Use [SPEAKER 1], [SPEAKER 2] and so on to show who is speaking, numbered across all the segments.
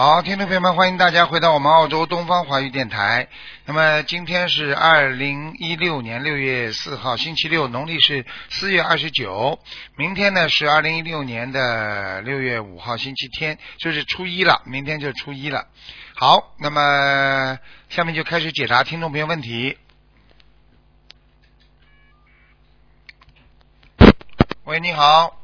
[SPEAKER 1] 好，听众朋友们，欢迎大家回到我们澳洲东方华语电台。那么今天是2016年6月4号，星期六，农历是4月29。明天呢是2016年的6月5号，星期天，就是初一了，明天就初一了。好，那么下面就开始解答听众朋友问题。喂，你好。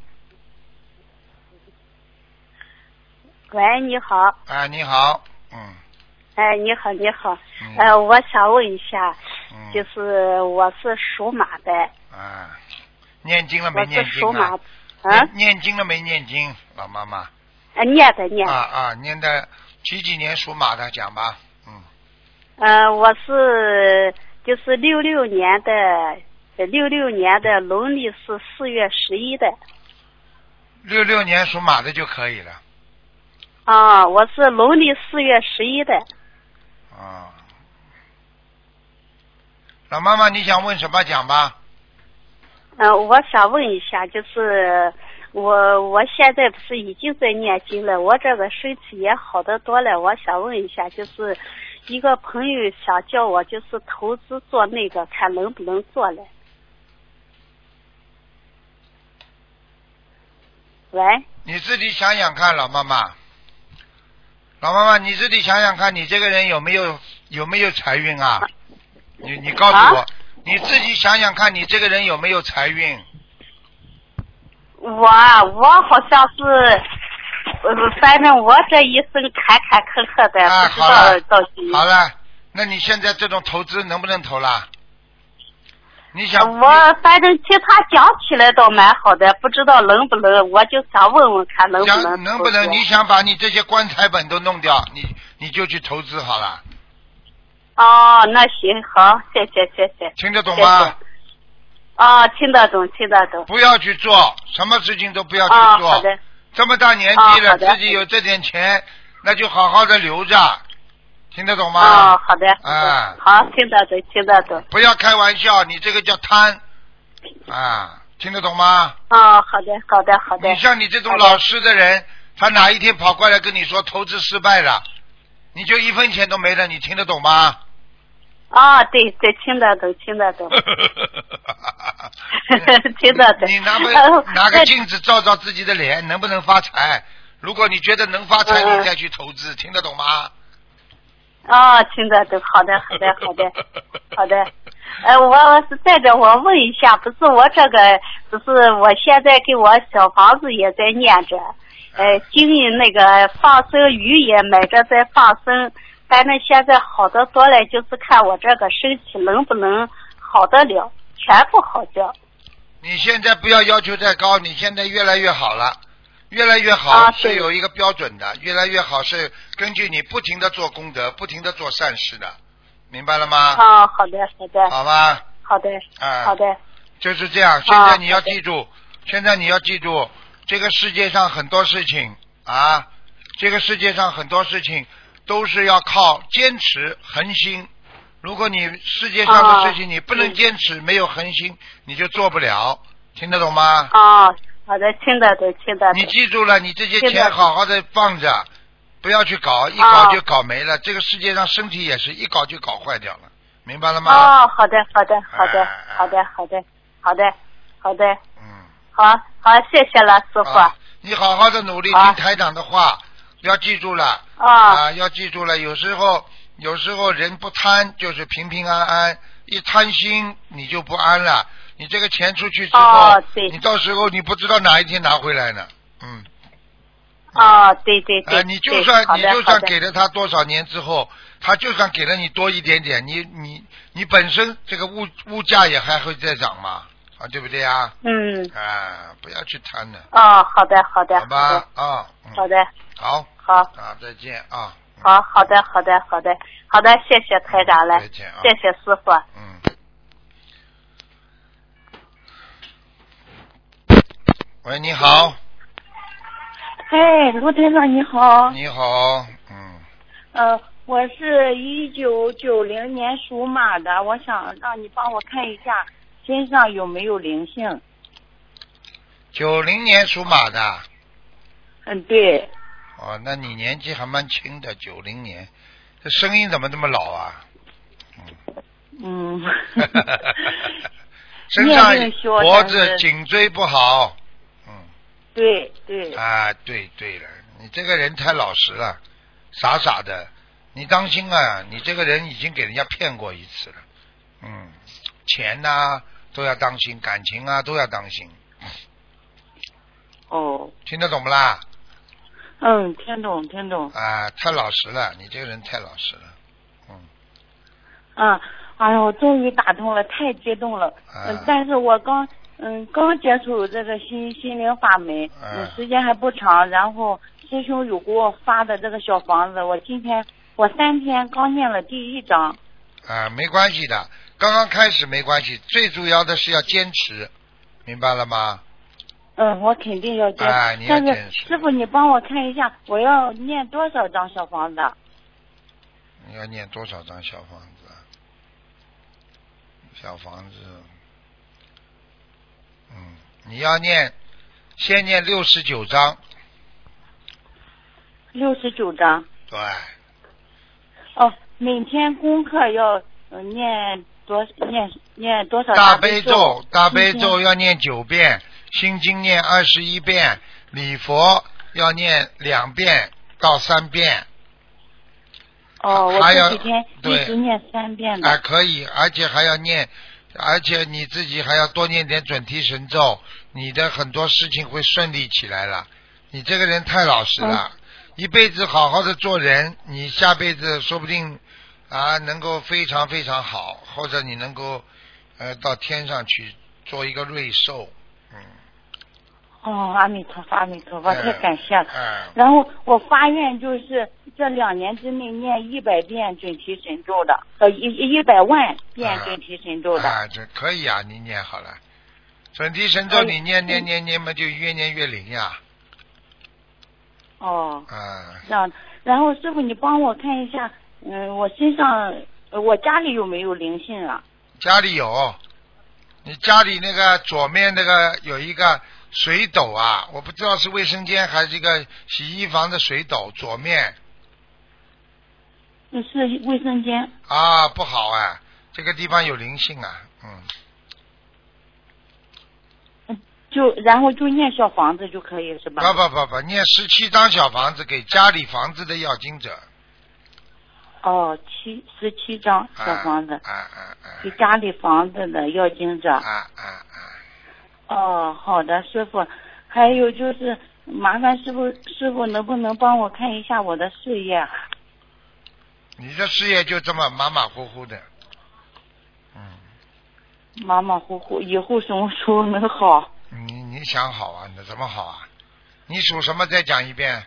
[SPEAKER 2] 喂，你好。
[SPEAKER 1] 哎，你好。
[SPEAKER 2] 哎，你好，你好。我想问一下，就是我是属马的。
[SPEAKER 1] 念经了没念经啊？
[SPEAKER 2] 我是属马。
[SPEAKER 1] 念经了没念经，老妈妈？
[SPEAKER 2] 念的。
[SPEAKER 1] 念的几年属马的讲吧。
[SPEAKER 2] 我是就是66年的农历是4月11的。
[SPEAKER 1] 66年属马的就可以了。
[SPEAKER 2] 我是农历4月11的。
[SPEAKER 1] 老妈妈，你想问什么讲吧？
[SPEAKER 2] 我想问一下，就是我现在不是已经在念经了，我这个身体也好得多了。我想问一下，就是一个朋友想叫我就是投资做那个，看能不能做了。喂？
[SPEAKER 1] 你自己想想看，老妈妈，你自己想想看，你这个人有没有财运啊？你告诉我，你自己想想看，你这个人有没有财运？
[SPEAKER 2] 我好像是，反正我这一生坎坎坷坷的，不知道到底。
[SPEAKER 1] 好了，那你现在这种投资能不能投了？你想？
[SPEAKER 2] 我反正听他讲起来倒蛮好的，不知道能不能，我就想问问看能不能。
[SPEAKER 1] 能不能？你想把你这些棺材本都弄掉，你就去投资好了。
[SPEAKER 2] 那行，好，谢谢。
[SPEAKER 1] 听得懂吗？
[SPEAKER 2] 听得懂。
[SPEAKER 1] 不要去做，什么事情都不要去做。
[SPEAKER 2] 好的。
[SPEAKER 1] 这么大年纪了，自己有这点钱，那就好好的留着。听得懂吗？
[SPEAKER 2] 好的。好，听得懂。
[SPEAKER 1] 不要开玩笑，你这个叫贪。听得懂吗？
[SPEAKER 2] 好的。
[SPEAKER 1] 你像你这种老实的人，他哪一天跑过来跟你说投资失败了，你就1分钱都没了，你听得懂吗？
[SPEAKER 2] 对，听得懂。听得懂。
[SPEAKER 1] 你拿个镜子照照自己的脸，能不能发财？如果你觉得能发财，你再去投资，听得懂吗？
[SPEAKER 2] 听得懂。好的。我是在这，我问一下，不是我这个，就是我现在给我小房子也在念着，经营那个放生鱼也买着在放生，反正现在好得多了，就是看我这个身体能不能好得了，全部好掉。
[SPEAKER 1] 你现在不要要求太高，你现在越来越好了。越来越好是有一个标准的，越来越好是根据你不停的做功德，不停的做善事的，明白了吗？
[SPEAKER 2] 好的。
[SPEAKER 1] 好吧。
[SPEAKER 2] 好的。
[SPEAKER 1] 就是这样。现在你要记住，这个世界上很多事情都是要靠坚持恒心。如果你世界上的事情你不能坚持，没有恒心，你就做不了，听得懂吗？
[SPEAKER 2] 好的，听得懂。
[SPEAKER 1] 你记住了，你这些钱好好的放着，不要去搞，一搞就搞没了。这个世界上身体也是一搞就搞坏掉了，明白了吗？
[SPEAKER 2] 好的。好，谢谢了，师傅。
[SPEAKER 1] 你好好的努力，听台长的话，要记住了。要记住了，有时候人不贪就是平平安安，一贪心你就不安了。你这个钱出去之后，你到时候你不知道哪一天拿回来呢。
[SPEAKER 2] 对。
[SPEAKER 1] 你就算给了他多少年之后，他就算给了你多一点点，你本身这个物价也还会再涨嘛，对不对啊？不要去贪的。
[SPEAKER 2] 好的。
[SPEAKER 1] 好吧。
[SPEAKER 2] 好的。
[SPEAKER 1] 好。再见啊。
[SPEAKER 2] 好的，谢谢台长了，
[SPEAKER 1] 再见啊，
[SPEAKER 2] 谢谢师傅。
[SPEAKER 1] 喂，你好。
[SPEAKER 3] 卢台长你好。
[SPEAKER 1] 你好。
[SPEAKER 3] 我是1990年属马的，我想让你帮我看一下身上有没有灵性。
[SPEAKER 1] 90年属马的。
[SPEAKER 3] 对。
[SPEAKER 1] 哦，那你年纪还蛮轻的，90年，这声音怎么这么老啊？
[SPEAKER 3] 嗯。
[SPEAKER 1] 身上
[SPEAKER 3] 念经修
[SPEAKER 1] 脖
[SPEAKER 3] 但是
[SPEAKER 1] 子颈椎不好。
[SPEAKER 3] 对对。
[SPEAKER 1] 啊，对了，你这个人太老实了，傻傻的，你当心啊！你这个人已经给人家骗过一次了。钱呐、都要当心，感情啊都要当心。
[SPEAKER 3] 哦。
[SPEAKER 1] 听得懂不啦？
[SPEAKER 3] 听懂。
[SPEAKER 1] 啊，太老实了，你这个人太老实了。
[SPEAKER 3] 哎呦，终于打通了，太激动了。但是我刚接触这个心灵法门，时间还不长。然后师兄有给我发的这个小房子，我3天刚念了第1章。
[SPEAKER 1] 没关系的，刚刚开始没关系，最主要的是要坚持，明白了吗？
[SPEAKER 3] 我肯定要坚持。
[SPEAKER 1] 你要坚持。
[SPEAKER 3] 但是师傅，你帮我看一下，我要念多少张小房子？
[SPEAKER 1] 你要念多少张小房子？小房子，你要先念69章。
[SPEAKER 3] 69章。
[SPEAKER 1] 对。
[SPEAKER 3] 每天功课要念多少？
[SPEAKER 1] 大悲咒要念9遍，心经念21遍，礼佛要念2遍到3遍。
[SPEAKER 3] 我这几天一直念3遍的。
[SPEAKER 1] 可以，而且你自己还要多念点准提神咒，你的很多事情会顺利起来了。你这个人太老实了，一辈子好好的做人，你下辈子说不定能够非常非常好，或者你能够到天上去做一个瑞兽。
[SPEAKER 3] 阿弥陀佛，阿弥陀佛，太感谢了。然后我发愿就是这2年之内念100遍准提神咒的，100万遍准提神咒的。
[SPEAKER 1] 这可以啊，你念好了。准提神咒你念嘛，就越念越灵呀。
[SPEAKER 3] 这样。然后师傅，你帮我看一下，我身上，我家里有没有灵性啊？
[SPEAKER 1] 家里有，你家里那个左面那个有一个水斗啊，我不知道是卫生间还是一个洗衣房的水斗，左面。
[SPEAKER 3] 是卫生间。
[SPEAKER 1] 不好这个地方有灵性啊。
[SPEAKER 3] 然后就念小房子就可以是吧？
[SPEAKER 1] 不，念17张小房子给家里房子的要经者。
[SPEAKER 3] 17张小房子。给家里房子的要经者。好的，师傅。还有就是麻烦师傅能不能帮我看一下我的事业？
[SPEAKER 1] 你的事业就这么马马虎虎的。
[SPEAKER 3] 马马虎虎，以后什么时候能好？
[SPEAKER 1] 你想好啊？那怎么好啊？你属什么？再讲一遍。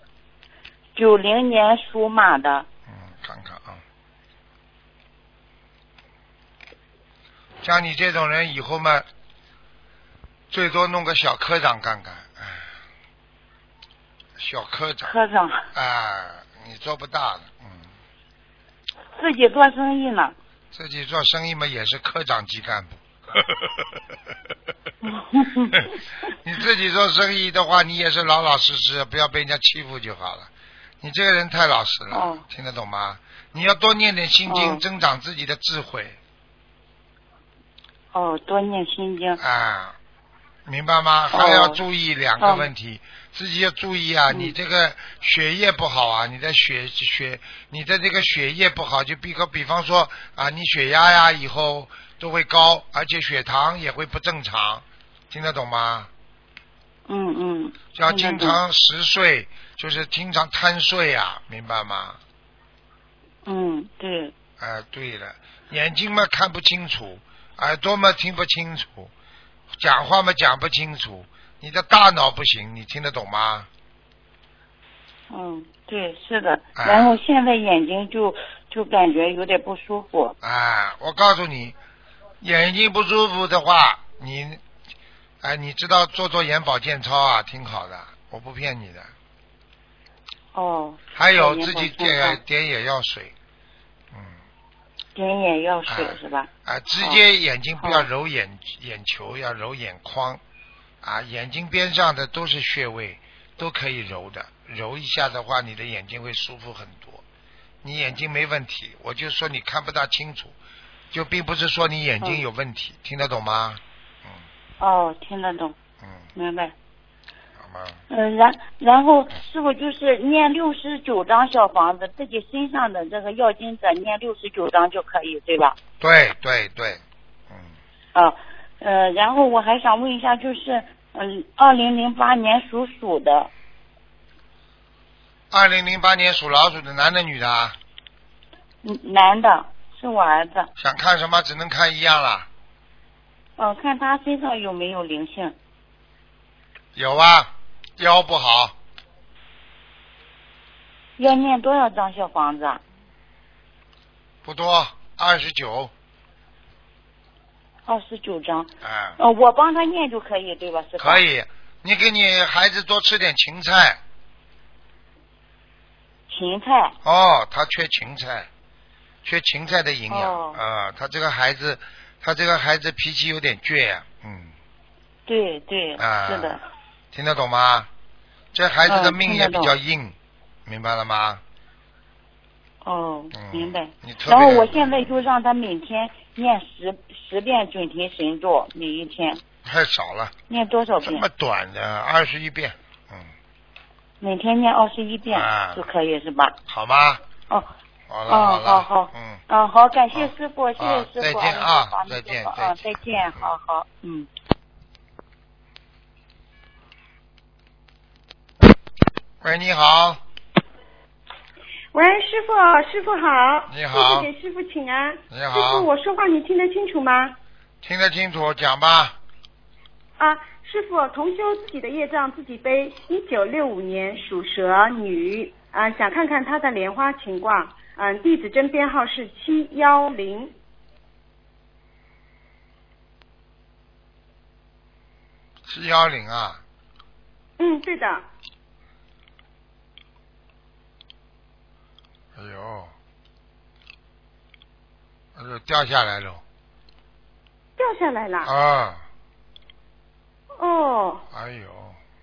[SPEAKER 3] 90年属马的。
[SPEAKER 1] 看看啊。像你这种人以后嘛，最多弄个小科长干干。小科长。
[SPEAKER 3] 科长。
[SPEAKER 1] 你做不大的。
[SPEAKER 3] 自己做生意呢。
[SPEAKER 1] 自己做生意嘛，也是科长级干部。你自己做生意的话，你也是老老实实，不要被人家欺负就好了。你这个人太老实了，听得懂吗？你要多念点心经，增长自己的智慧。
[SPEAKER 3] 多念心经。
[SPEAKER 1] 明白吗？还要注意2个问题，自己要注意啊！你这个血液不好啊，你的你的这个血液不好，就比方说你血压呀以后都会高，而且血糖也会不正常，听得懂吗？要经常嗜睡，就是经常贪睡啊，明白吗？
[SPEAKER 3] 对。
[SPEAKER 1] 对了，眼睛嘛看不清楚，耳朵嘛听不清楚，讲话嘛讲不清楚，你的大脑不行，你听得懂吗？
[SPEAKER 3] 对，是的。然后现在眼睛就感觉有点不舒服。
[SPEAKER 1] 我告诉你，眼睛不舒服的话，你知道做眼保健操啊，挺好的，我不骗你的。还有自己点眼药水。
[SPEAKER 3] 点眼药水是吧？
[SPEAKER 1] 直接眼睛不要揉眼球，要揉眼眶。眼睛边上的都是穴位，都可以揉的， 揉一下的话，你的眼睛会舒服很多。你眼睛没问题，我就说你看不大清楚，就并不是说你眼睛有问题，听得懂吗？
[SPEAKER 3] 哦，听得懂。明白。
[SPEAKER 1] 好吗？
[SPEAKER 3] 然后师傅就是念69张小房子，自己身上的这个要经者念69张就可以，对吧？
[SPEAKER 1] 对，
[SPEAKER 3] 然后我还想问一下，就是2008年属鼠的。
[SPEAKER 1] 2008年属老鼠的，男的女的啊？
[SPEAKER 3] 男的，是我儿子。
[SPEAKER 1] 想看什么？只能看一样了。
[SPEAKER 3] 看他身上有没有灵性。
[SPEAKER 1] 有啊，腰不好。
[SPEAKER 3] 要念多少张小房子啊？
[SPEAKER 1] 不多，29。
[SPEAKER 3] 29张。
[SPEAKER 1] 哎。
[SPEAKER 3] 我帮他念就可以，对吧？师傅。
[SPEAKER 1] 可以，你给你孩子多吃点芹菜。
[SPEAKER 3] 芹菜。
[SPEAKER 1] 他缺芹菜，缺芹菜的营养。他这个孩子脾气有点倔呀。
[SPEAKER 3] 对，是的。
[SPEAKER 1] 听得懂吗？这孩子的命也比较硬，明白了吗？
[SPEAKER 3] 明白。然后我现在就让他每天念10遍准提神咒，每一天。
[SPEAKER 1] 太少了。
[SPEAKER 3] 念多少遍？
[SPEAKER 1] 这么短的21遍。
[SPEAKER 3] 每天念21遍就可以是吧？
[SPEAKER 1] 好吗？好了。
[SPEAKER 3] 好，感谢师傅，谢谢师傅。
[SPEAKER 1] 再见啊！再见。
[SPEAKER 3] 再见，好。
[SPEAKER 1] 喂，你好。
[SPEAKER 4] 喂，师傅好。
[SPEAKER 1] 你好。
[SPEAKER 4] 谢谢给师傅请安。
[SPEAKER 1] 你好。
[SPEAKER 4] 师傅，我说话你听得清楚吗？
[SPEAKER 1] 听得清楚，讲吧。
[SPEAKER 4] 师傅，同修自己的业障自己背。1965年属蛇女，想看看她的莲花情况。地址真编号是710。
[SPEAKER 1] 710啊。
[SPEAKER 4] 对的。
[SPEAKER 1] 哎呦，掉下来了。
[SPEAKER 4] 掉下来了。
[SPEAKER 1] 哎呦，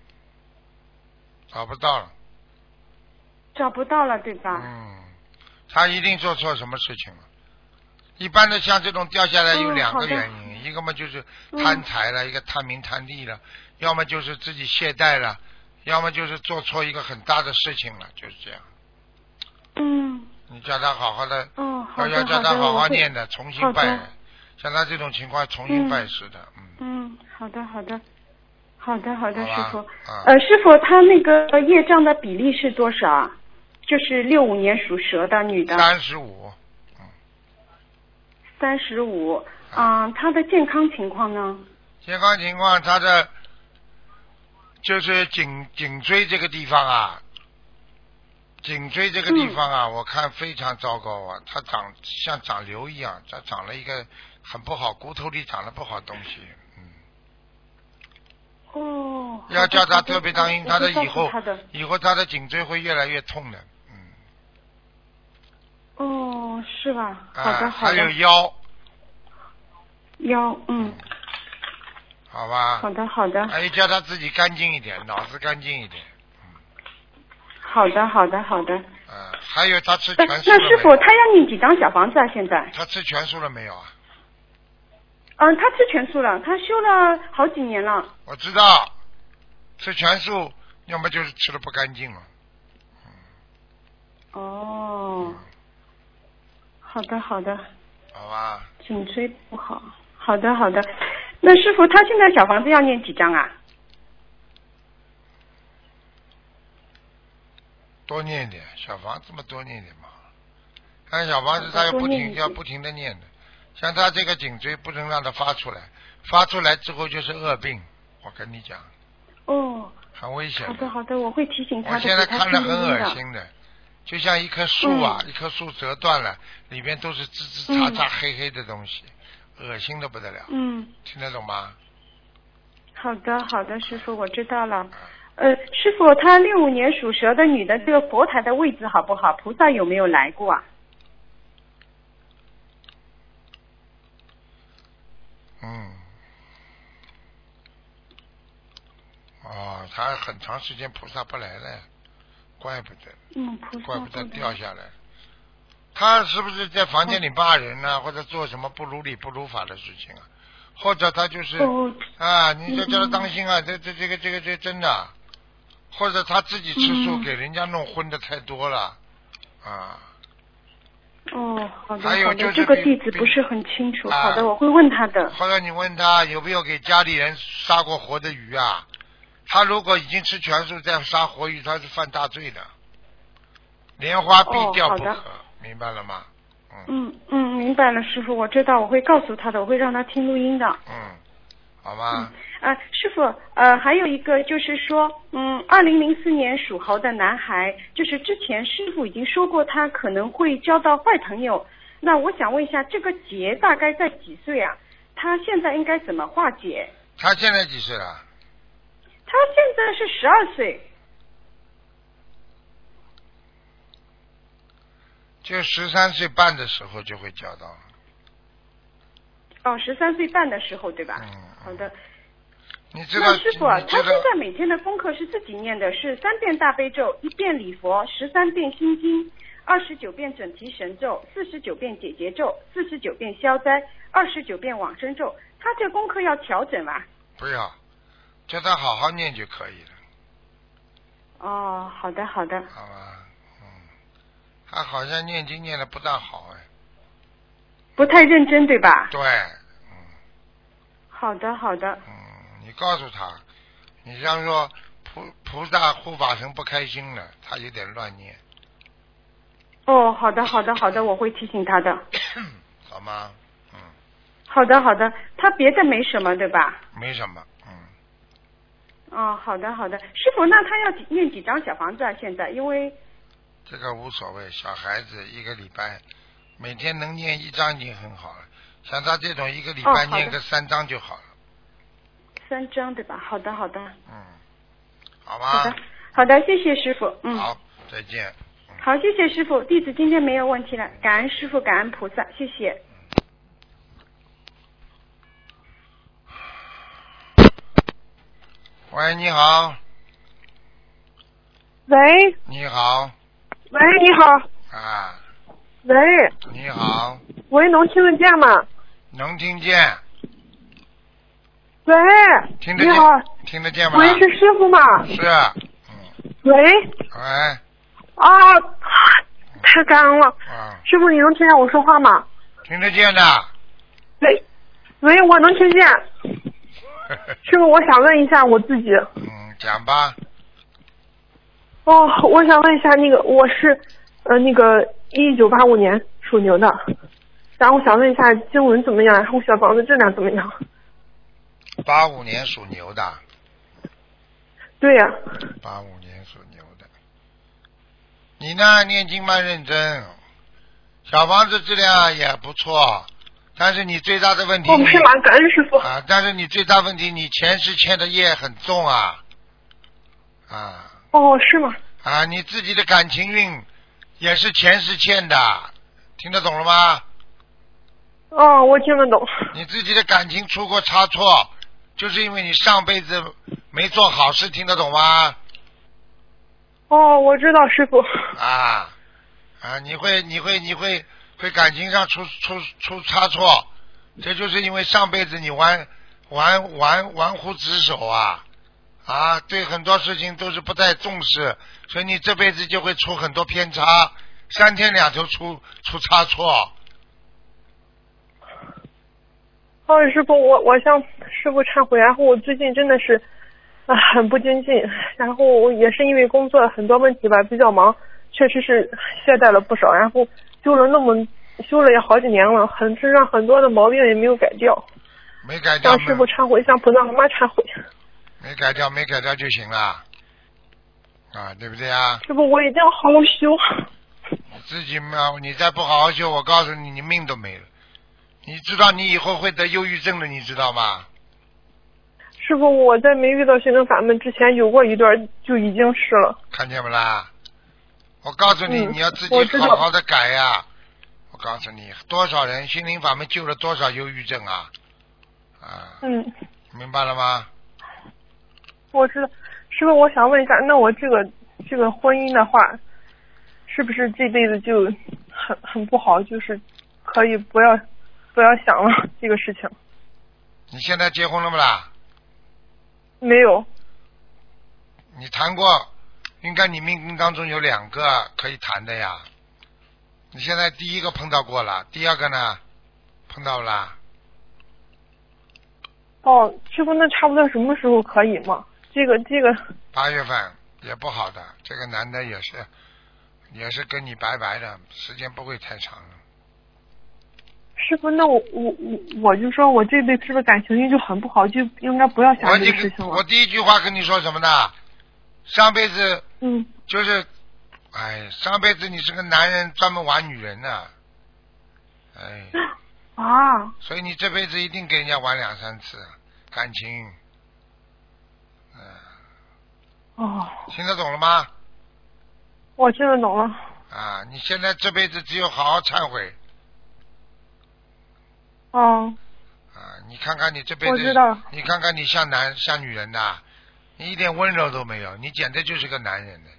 [SPEAKER 1] 找不到了。
[SPEAKER 4] 找不到了，对吧？
[SPEAKER 1] 他一定做错什么事情了。一般的像这种掉下来有2个原因，一个嘛就是贪财了，一个贪名贪利了，要么就是自己懈怠了，要么就是做错一个很大的事情了，就是这样。你叫他好好的，要叫他好好念的，重新拜。像他这种情况，重新拜师的。
[SPEAKER 4] 好的，师傅。师傅，他那个业障的比例是多少？就是65年属蛇的女的。
[SPEAKER 1] 35。
[SPEAKER 4] 35。他的健康情况呢？
[SPEAKER 1] 健康情况，他的就是颈椎这个地方啊。我看非常糟糕啊！它像长瘤一样，它长了一个很不好，骨头里长了不好东西。要叫他特别当心，他的以后他的颈椎会越来越痛的。
[SPEAKER 4] 是吧？好的。
[SPEAKER 1] 还有腰。好吧。
[SPEAKER 4] 好的。
[SPEAKER 1] 还有叫他自己干净一点，脑子干净一点。
[SPEAKER 4] 好的。
[SPEAKER 1] 还有他吃全素了没有？
[SPEAKER 4] 那师傅，他要念几张小房子啊？现在？
[SPEAKER 1] 他吃全素了没有啊？
[SPEAKER 4] 他吃全素了，他修了好几年了。
[SPEAKER 1] 我知道，吃全素，要么就是吃的不干净了。
[SPEAKER 4] 好的。
[SPEAKER 1] 好吧。
[SPEAKER 4] 颈椎不好。好的。那师傅，他现在小房子要念几张啊？
[SPEAKER 1] 多念点，小房子嘛多念点嘛。看小房子他要不停的念的，像他这个颈椎不能让他发出来，发出来之后就是恶病，我跟你讲。很危险。
[SPEAKER 4] 好的，我会提醒他的。
[SPEAKER 1] 我现在看着很恶心的，就像一棵树啊，一棵树折断了，里边都是枝枝杈杈黑黑的东西，恶心的不得了。听得懂吗？
[SPEAKER 4] 好的，师傅，我知道了。师傅，他65年属蛇的女的，这个佛台的位置好不好？菩萨有没有来过啊？
[SPEAKER 1] 他很长时间菩萨不来了。 怪不得，
[SPEAKER 4] 菩萨
[SPEAKER 1] 怪不得掉下来。他是不是在房间里骂人呢，或者做什么不如理不如法的事情啊？或者他就是你就叫他当心啊，这真的，或者他自己吃素，给人家弄荤的太多了啊。
[SPEAKER 4] 好的，
[SPEAKER 1] 还有就是
[SPEAKER 4] 这个弟子不是很清楚。好的，我会问他的。
[SPEAKER 1] 或者你问他有没有给家里人杀过活的鱼啊？他如果已经吃全素再杀活鱼，他是犯大罪的，莲花必掉不可，明白了吗？
[SPEAKER 4] 明白了，师傅，我知道，我会告诉他的，我会让他听录音的。
[SPEAKER 1] 好吗？
[SPEAKER 4] 师傅，还有一个就是说，2004年属猴的男孩，就是之前师傅已经说过他可能会交到坏朋友，那我想问一下，这个劫大概在几岁啊？他现在应该怎么化解？
[SPEAKER 1] 他现在几岁了？
[SPEAKER 4] 他现在是12岁。
[SPEAKER 1] 就13岁半的时候就会交到了。
[SPEAKER 4] 13岁半的时候，对吧？好的。
[SPEAKER 1] 你知道？
[SPEAKER 4] 那师傅啊，他现在每天的功课是自己念的，是3遍大悲咒，1遍礼佛，13遍心经，29遍准提神咒，49遍解结咒，49遍消灾，29遍往生咒。他这功课要调整吗？
[SPEAKER 1] 不要，叫他好好念就可以了。
[SPEAKER 4] 好的好的。
[SPEAKER 1] 好吧。他好像念经念的不大好
[SPEAKER 4] 不太认真，对吧？
[SPEAKER 1] 对。
[SPEAKER 4] 好的好的。
[SPEAKER 1] 你告诉他，你像说菩萨护法神不开心了，他有点乱念。
[SPEAKER 4] 好的好的好的，我会提醒他的。
[SPEAKER 1] 好吗？
[SPEAKER 4] 好的好的，他别的没什么，对吧？
[SPEAKER 1] 没什么。
[SPEAKER 4] 好的好的，师傅，那他要念几张小房子啊？现在因为
[SPEAKER 1] 这个无所谓，小孩子1个礼拜每天能念1张已经很好了，像他这种1个礼拜念个3张就好了。
[SPEAKER 4] 3张对吧？好的好的。
[SPEAKER 1] 好吧。
[SPEAKER 4] 好的，谢谢师傅。
[SPEAKER 1] 好，再见。
[SPEAKER 4] 好，谢谢师傅，弟子今天没有问题了，感恩师傅，感恩菩萨，谢谢。
[SPEAKER 1] 喂，你好。
[SPEAKER 5] 喂。
[SPEAKER 1] 你好。
[SPEAKER 5] 喂，你好。喂。
[SPEAKER 1] 你好。
[SPEAKER 5] 喂，能听得见吗？
[SPEAKER 1] 能听见。
[SPEAKER 5] 喂。
[SPEAKER 1] 听得见。
[SPEAKER 5] 你好。
[SPEAKER 1] 听得见吗？
[SPEAKER 5] 喂，是师傅吗？
[SPEAKER 1] 是。
[SPEAKER 5] 喂。
[SPEAKER 1] 喂。
[SPEAKER 5] 太感恩了。师傅，你能听见我说话吗？
[SPEAKER 1] 听得见的。
[SPEAKER 5] 喂，我能听见。师傅，我想问一下我自己。
[SPEAKER 1] 讲吧。
[SPEAKER 5] 我想问一下，我是1985年属牛的，然后想问一下经文怎么样，然后小房子质量怎么样
[SPEAKER 1] ？85年属牛的。
[SPEAKER 5] 对呀。
[SPEAKER 1] 85年属牛的。你呢，念经蛮认真，小房子质量也不错，但是你最大的问题，
[SPEAKER 5] 我们是蛮感恩师傅
[SPEAKER 1] 但是你最大问题，你前世欠的业很重
[SPEAKER 5] 是吗？
[SPEAKER 1] 你自己的感情运也是前世欠的，听得懂了吗？
[SPEAKER 5] 我听得懂。
[SPEAKER 1] 你自己的感情出过差错，就是因为你上辈子没做好事，听得懂吗？
[SPEAKER 5] 我知道师傅。
[SPEAKER 1] 你会感情上出差错，这就是因为上辈子你玩忽职守对很多事情都是不太重视，所以你这辈子就会出很多偏差，3天2头出差错。
[SPEAKER 5] 师傅，我向师傅忏悔，然后我最近真的是很不精进，然后也是因为工作很多问题吧，比较忙，确实是懈怠了不少，然后修了也好几年了，身上很多的毛病也没有改掉。
[SPEAKER 1] 没改掉。
[SPEAKER 5] 向师傅忏悔，向菩萨妈妈忏悔。
[SPEAKER 1] 没改掉就行了，对不对啊？
[SPEAKER 5] 师傅，我一定要好好修。
[SPEAKER 1] 自己嘛，你再不好好修，我告诉你，你命都没了。你知道你以后会得忧郁症的，你知道吗？
[SPEAKER 5] 师傅，我在没遇到心灵法门之前有过一段就已经是了。
[SPEAKER 1] 看见不啦？我告诉你，你要自己好好的改呀。我告诉你，多少人心灵法门救了多少忧郁症明白了吗？
[SPEAKER 5] 我知道。师傅，我想问一下，那我这个这个婚姻的话，是不是这辈子就很不好？就是可以不要想了这个事情。
[SPEAKER 1] 你现在结婚了不啦？
[SPEAKER 5] 没有。
[SPEAKER 1] 你谈过，应该你命运当中有2个可以谈的呀。你现在第一个碰到过了，第二个呢？碰到了。
[SPEAKER 5] 哦，师傅，那差不多什么时候可以吗？这个
[SPEAKER 1] 8月份也不好的，这个男的也是跟你拜拜的，时间不会太长了。
[SPEAKER 5] 师傅，那我就说我这辈子是不是感情运就很不好，就应该不要想这个事情了。
[SPEAKER 1] 我第一句话跟你说什么呢？上辈子就是上辈子你是个男人，专门玩女人的，所以你这辈子一定给人家玩2、3次感情。听得懂了吗？
[SPEAKER 5] 我听得懂了。
[SPEAKER 1] 你现在这辈子只有好好忏悔。你看看你这辈子，
[SPEAKER 5] 我知道。
[SPEAKER 1] 你看看你像女人的，你一点温柔都没有，你简直就是个男人的。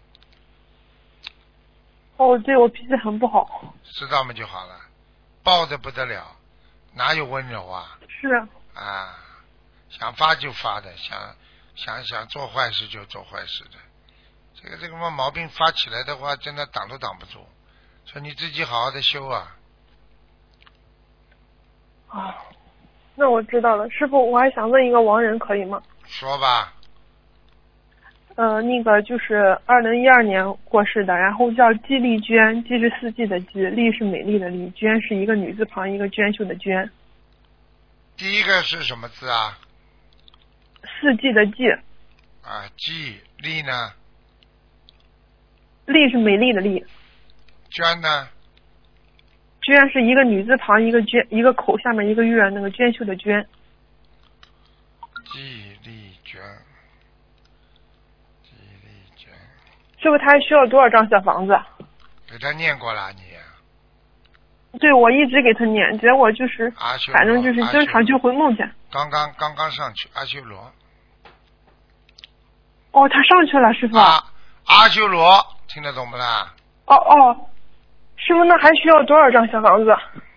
[SPEAKER 5] 对，我脾气很不好。
[SPEAKER 1] 知道吗就好了，暴得不得了，哪有温柔啊？
[SPEAKER 5] 是。
[SPEAKER 1] 想发就发的，想做坏事就做坏事的，这个毛病发起来的话，真的挡都挡不住，所以你自己好好的修啊。
[SPEAKER 5] 那我知道了，师傅，我还想问一个亡人可以吗？
[SPEAKER 1] 说吧。
[SPEAKER 5] 那个就是2012年过世的，然后叫季丽娟，季是4季的季，丽是美丽的丽，娟是一个女字旁一个娟秀的娟。
[SPEAKER 1] 第一个是什么字啊
[SPEAKER 5] ？4季的季。
[SPEAKER 1] 季，丽呢？
[SPEAKER 5] 丽是美丽的丽。
[SPEAKER 1] 娟呢？
[SPEAKER 5] 娟是一个女字旁一个娟，一个口下面一个月，那个娟秀的娟。
[SPEAKER 1] 季丽娟。
[SPEAKER 5] 师傅，他还需要多少张小房子？
[SPEAKER 1] 给他念过了你。
[SPEAKER 5] 对，我一直给他念，结果就是反正就是经常就会梦见。
[SPEAKER 1] 刚刚上去阿修罗。
[SPEAKER 5] 他上去了，师傅。
[SPEAKER 1] 阿修罗听得懂不啦？
[SPEAKER 5] 师傅，那还需要多少张小房子？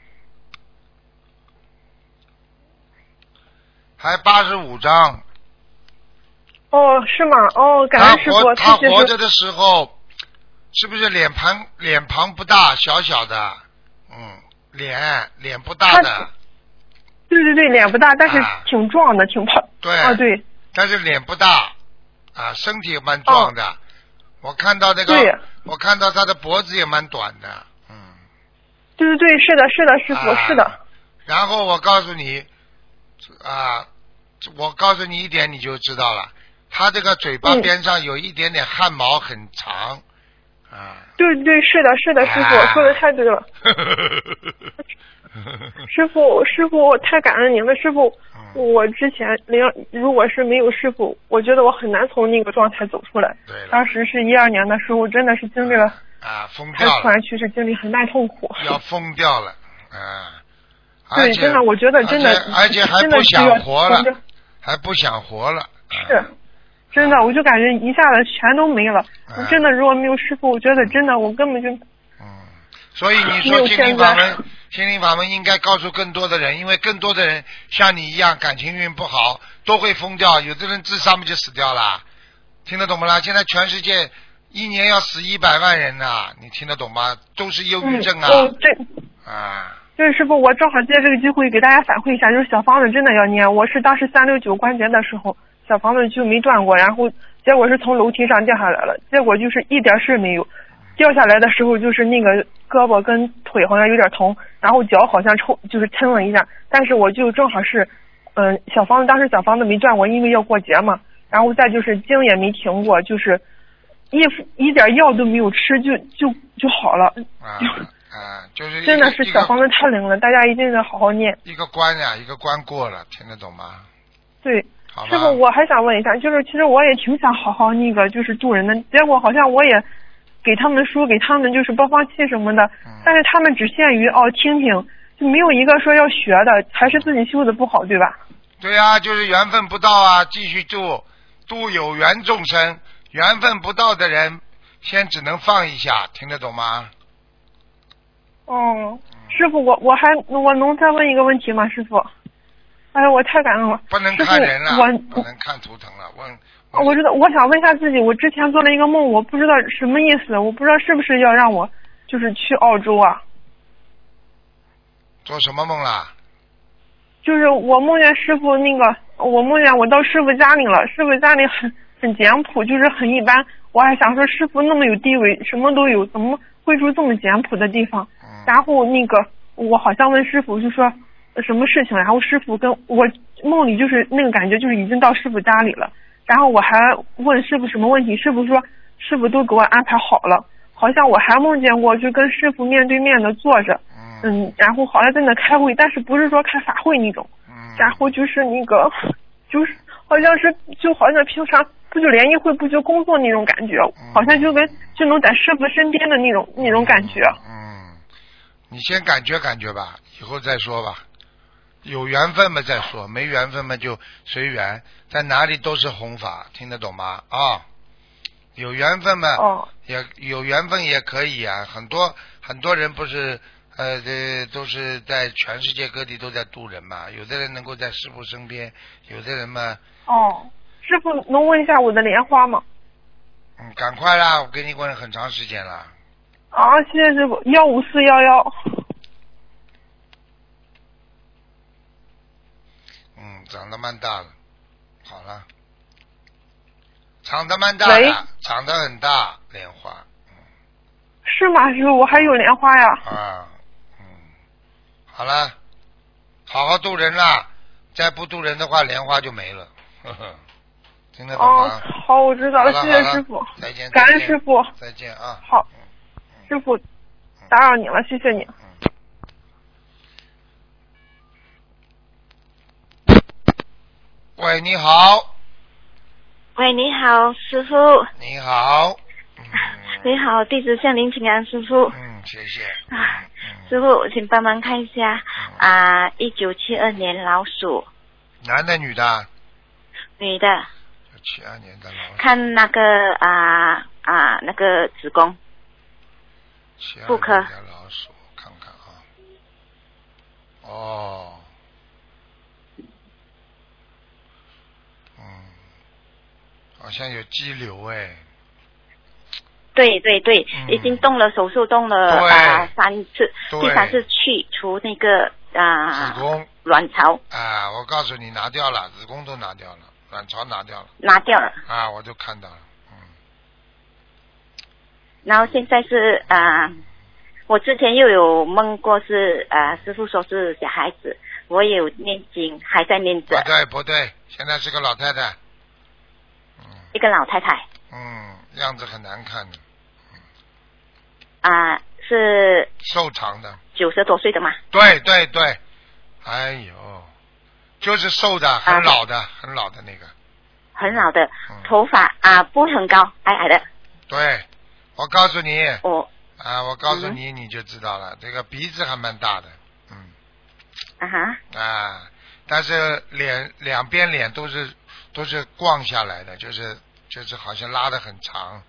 [SPEAKER 1] 还85张。
[SPEAKER 5] 是吗？感恩师傅。
[SPEAKER 1] 他活着的时候，是不是脸庞不大，小小的？脸不大的。
[SPEAKER 5] 对，脸不大，但是挺壮的，挺胖。
[SPEAKER 1] 对。
[SPEAKER 5] 对。
[SPEAKER 1] 但是脸不大，身体也蛮壮的。我看到我看到他的脖子也蛮短的。
[SPEAKER 5] 对，是的，师傅，是的。
[SPEAKER 1] 然后我告诉你一点，你就知道了。他这个嘴巴边上有一点点汗毛，很长。
[SPEAKER 5] 对，是的，师傅说的太对了。师傅，我太感恩您了，师傅。我之前如果是没有师傅，我觉得我很难从那个状态走出来。
[SPEAKER 1] 对了。
[SPEAKER 5] 当时是12年的时候，真的是经历了
[SPEAKER 1] 疯掉了。
[SPEAKER 5] 突然去世，经历很大痛苦。
[SPEAKER 1] 要疯掉了。
[SPEAKER 5] 对，真的，我觉得真的，
[SPEAKER 1] 而且还不想活了，还不想活了。
[SPEAKER 5] 是。真的，我就感觉一下子全都没了。真的，如果没有师傅，我觉得真的我根本就。
[SPEAKER 1] 所以你说心灵法门应该告诉更多的人，因为更多的人像你一样感情运不好，都会疯掉，有的人自杀就死掉了，听得懂吗？现在全世界1年要死100万人呐，你听得懂吗？都是忧郁症啊。
[SPEAKER 5] 对，师傅，我正好借这个机会给大家反馈一下，就是小房子真的要念。我是当时369关节的时候。小房子就没断过，然后结果是从楼梯上掉下来了，结果就是一点事没有。掉下来的时候就是那个胳膊跟腿好像有点疼，然后脚好像就是抻了一下，但是我就正好是当时小房子没断过，因为要过节嘛，然后再就是经也没停过，就是一点药都没有吃就好了。
[SPEAKER 1] 就是
[SPEAKER 5] 真的是小房子太灵了，大家一定要好好念。
[SPEAKER 1] 一个关过了，听得懂吗？
[SPEAKER 5] 对。师傅，我还想问一下，就是其实我也挺想好好那个就是助人的，结果好像我也给他们书，给他们就是播放器什么的，但是他们只限于听听，就没有一个说要学的，还是自己修的不好，对吧？
[SPEAKER 1] 对啊，就是缘分不到啊，继续度有缘众生，缘分不到的人先只能放一下，听得懂吗？
[SPEAKER 5] 哦，师傅，我能再问一个问题吗？师傅，哎呀，我太感恩了。
[SPEAKER 1] 不能看人了，不能看图腾了。
[SPEAKER 5] 我知道，我想问一下自己，我之前做了一个梦，我不知道什么意思，我不知道是不是要让我就是去澳洲啊？
[SPEAKER 1] 做什么梦啦？
[SPEAKER 5] 就是我梦见师傅我梦见我到师傅家里了，师傅家里很简朴，就是很一般。我还想说师傅那么有地位，什么都有，怎么会住这么简朴的地方？然后我好像问师傅就说什么事情，然后师傅跟我梦里就是那个感觉，就是已经到师傅家里了。然后我还问师傅什么问题，师傅说师傅都给我安排好了。好像我还梦见过，就跟师傅面对面的坐着，然后好像在那开会，但是不是说开法会那种，然后就是就是好像是就好像平常不就联谊会不就工作那种感觉，好像就能在师傅身边的那种感觉。
[SPEAKER 1] 你先感觉吧，以后再说吧。有缘分嘛再说，没缘分嘛就随缘，在哪里都是弘法，听得懂吗？啊，有缘分嘛，也有缘分也可以啊。很多人不是都是在全世界各地都在度人嘛。有的人能够在师父身边，有的人嘛。
[SPEAKER 5] 师父能问一下我的莲花吗？
[SPEAKER 1] 赶快啦，我给你问很长时间了。
[SPEAKER 5] 谢谢师父，15411。
[SPEAKER 1] 长得蛮大了，好了，长得蛮大的，长得很大，莲花。
[SPEAKER 5] 是吗，师傅？我还有莲花呀。
[SPEAKER 1] 好了，好好度人啦，再不度人的话，莲花就没了。呵呵，听得懂吗？
[SPEAKER 5] 好，我知道了，谢谢师傅。
[SPEAKER 1] 再见，
[SPEAKER 5] 感恩师傅。
[SPEAKER 1] 再见啊。
[SPEAKER 5] 好，师傅，打扰你了，谢谢你。
[SPEAKER 1] 喂，你好。
[SPEAKER 6] 喂，你好，师傅。
[SPEAKER 1] 你好。
[SPEAKER 6] 你好，弟子向您请安，师傅。
[SPEAKER 1] 谢谢。
[SPEAKER 6] 师傅，请帮忙看一下1972年老鼠。
[SPEAKER 1] 男的女的？
[SPEAKER 6] 女的。
[SPEAKER 1] 72年的老鼠。
[SPEAKER 6] 看那个那个子宫。妇科。
[SPEAKER 1] 的老鼠，看看啊。好像有肌瘤哎。
[SPEAKER 6] 对，已经动了手术，动了3次，第3次去除那个
[SPEAKER 1] 子宫
[SPEAKER 6] 卵巢。
[SPEAKER 1] 我告诉你拿掉了，子宫都拿掉了，卵巢拿掉了。
[SPEAKER 6] 拿掉了。
[SPEAKER 1] 我就看到了。
[SPEAKER 6] 然后现在是我之前又有梦过是师父说是小孩子，我也有念经，还在念着。
[SPEAKER 1] 不对，现在是个老太太。
[SPEAKER 6] 一个老太太。
[SPEAKER 1] 样子很难看的。
[SPEAKER 6] 是
[SPEAKER 1] 瘦长的。
[SPEAKER 6] 90多岁的嘛。
[SPEAKER 1] 对，哎呦，就是瘦的，很老的那个。很
[SPEAKER 6] 老的，头发不很高，矮矮的。
[SPEAKER 1] 对，我告诉你。我告诉你，你就知道了。这个鼻子还蛮大的。但是两边脸都是逛下来的，就是好像拉得很长。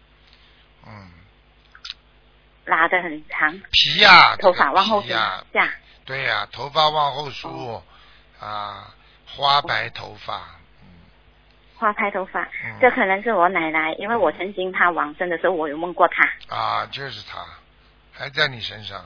[SPEAKER 6] 拉得很长。
[SPEAKER 1] 皮呀，
[SPEAKER 6] 头发往后
[SPEAKER 1] 下。对呀，头发往后梳。花白头发。
[SPEAKER 6] 花白头发，这可能是我奶奶，因为我曾经她往生的时候，我有梦过她。
[SPEAKER 1] 就是她，还在你身上。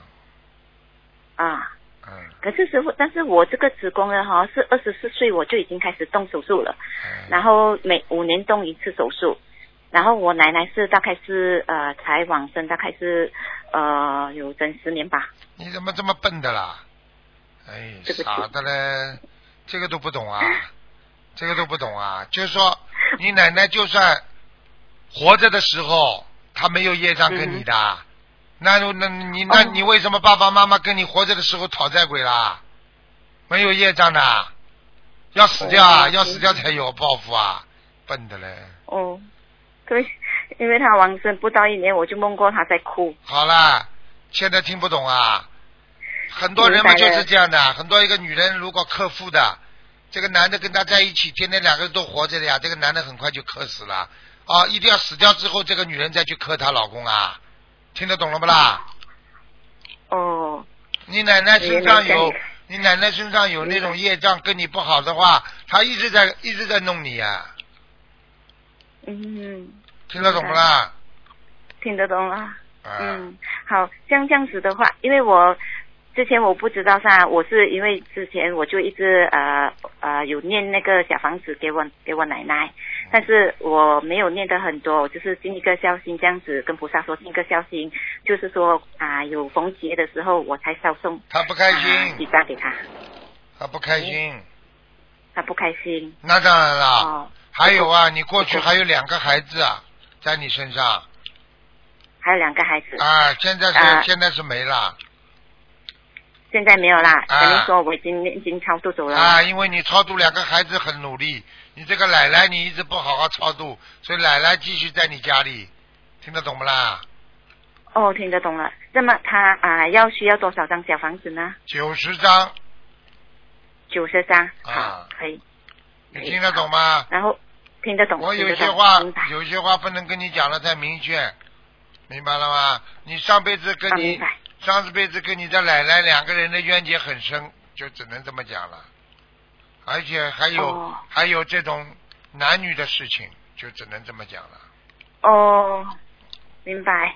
[SPEAKER 6] 可是师傅，但是我这个子宫呢，是24岁我就已经开始动手术了，然后每5年动1次手术，然后我奶奶是大概是才往生，大概是有整10年吧。
[SPEAKER 1] 你怎么这么笨的啦？傻的嘞，这个都不懂啊，就是说你奶奶就算活着的时候，她没有业障跟你的。那你为什么爸爸妈妈跟你活着的时候讨债鬼啦？没有业障的，要死掉要死掉才有报复啊，笨的嘞。
[SPEAKER 6] 对，因为他往生不到1年，我就梦过他在哭。
[SPEAKER 1] 好啦，现在听不懂啊？很多人嘛就是这样的，很多一个女人如果克夫的，这个男的跟她在一起，天天2个人都活着的呀，这个男的很快就克死了。 啊，一定要死掉之后，这个女人再去克她老公啊？听得懂了不啦？
[SPEAKER 6] 哦。
[SPEAKER 1] 你奶奶身上有那种业障，跟你不好的话，她一直在弄你啊。
[SPEAKER 6] 嗯。
[SPEAKER 1] 听得懂不啦？
[SPEAKER 6] 听得懂了。好，像这样子的话，因为我之前我不知道我是因为之前我就一直有念那个小房子给我奶奶，但是我没有念得很多，我就是尽一个孝心这样子跟菩萨说尽一个孝心，就是说有逢节的时候我才烧送。
[SPEAKER 1] 他不开心。
[SPEAKER 6] 几张给他。
[SPEAKER 1] 他不开心。
[SPEAKER 6] 他不开心。
[SPEAKER 1] 那当然了。还有你过去还有2个孩子在你身上。
[SPEAKER 6] 还有2个孩子。
[SPEAKER 1] 现在是没了。
[SPEAKER 6] 现在没有啦，等于说我已经超度走了。
[SPEAKER 1] 因为你超度2个孩子很努力，你这个奶奶你一直不好好超度，所以奶奶继续在你家里，听得懂不啦？
[SPEAKER 6] 哦，听得懂了。那么他需要多少张小房子呢
[SPEAKER 1] ？90张。
[SPEAKER 6] 90张，好，可以。
[SPEAKER 1] 你听得懂吗？
[SPEAKER 6] 然后听得懂。
[SPEAKER 1] 我有些话不能跟你讲的太明确，明白了吗？你上辈子跟你的奶奶2个人的冤结很深，就只能这么讲了。而且还有这种男女的事情，就只能这么讲了。
[SPEAKER 6] 哦，明白。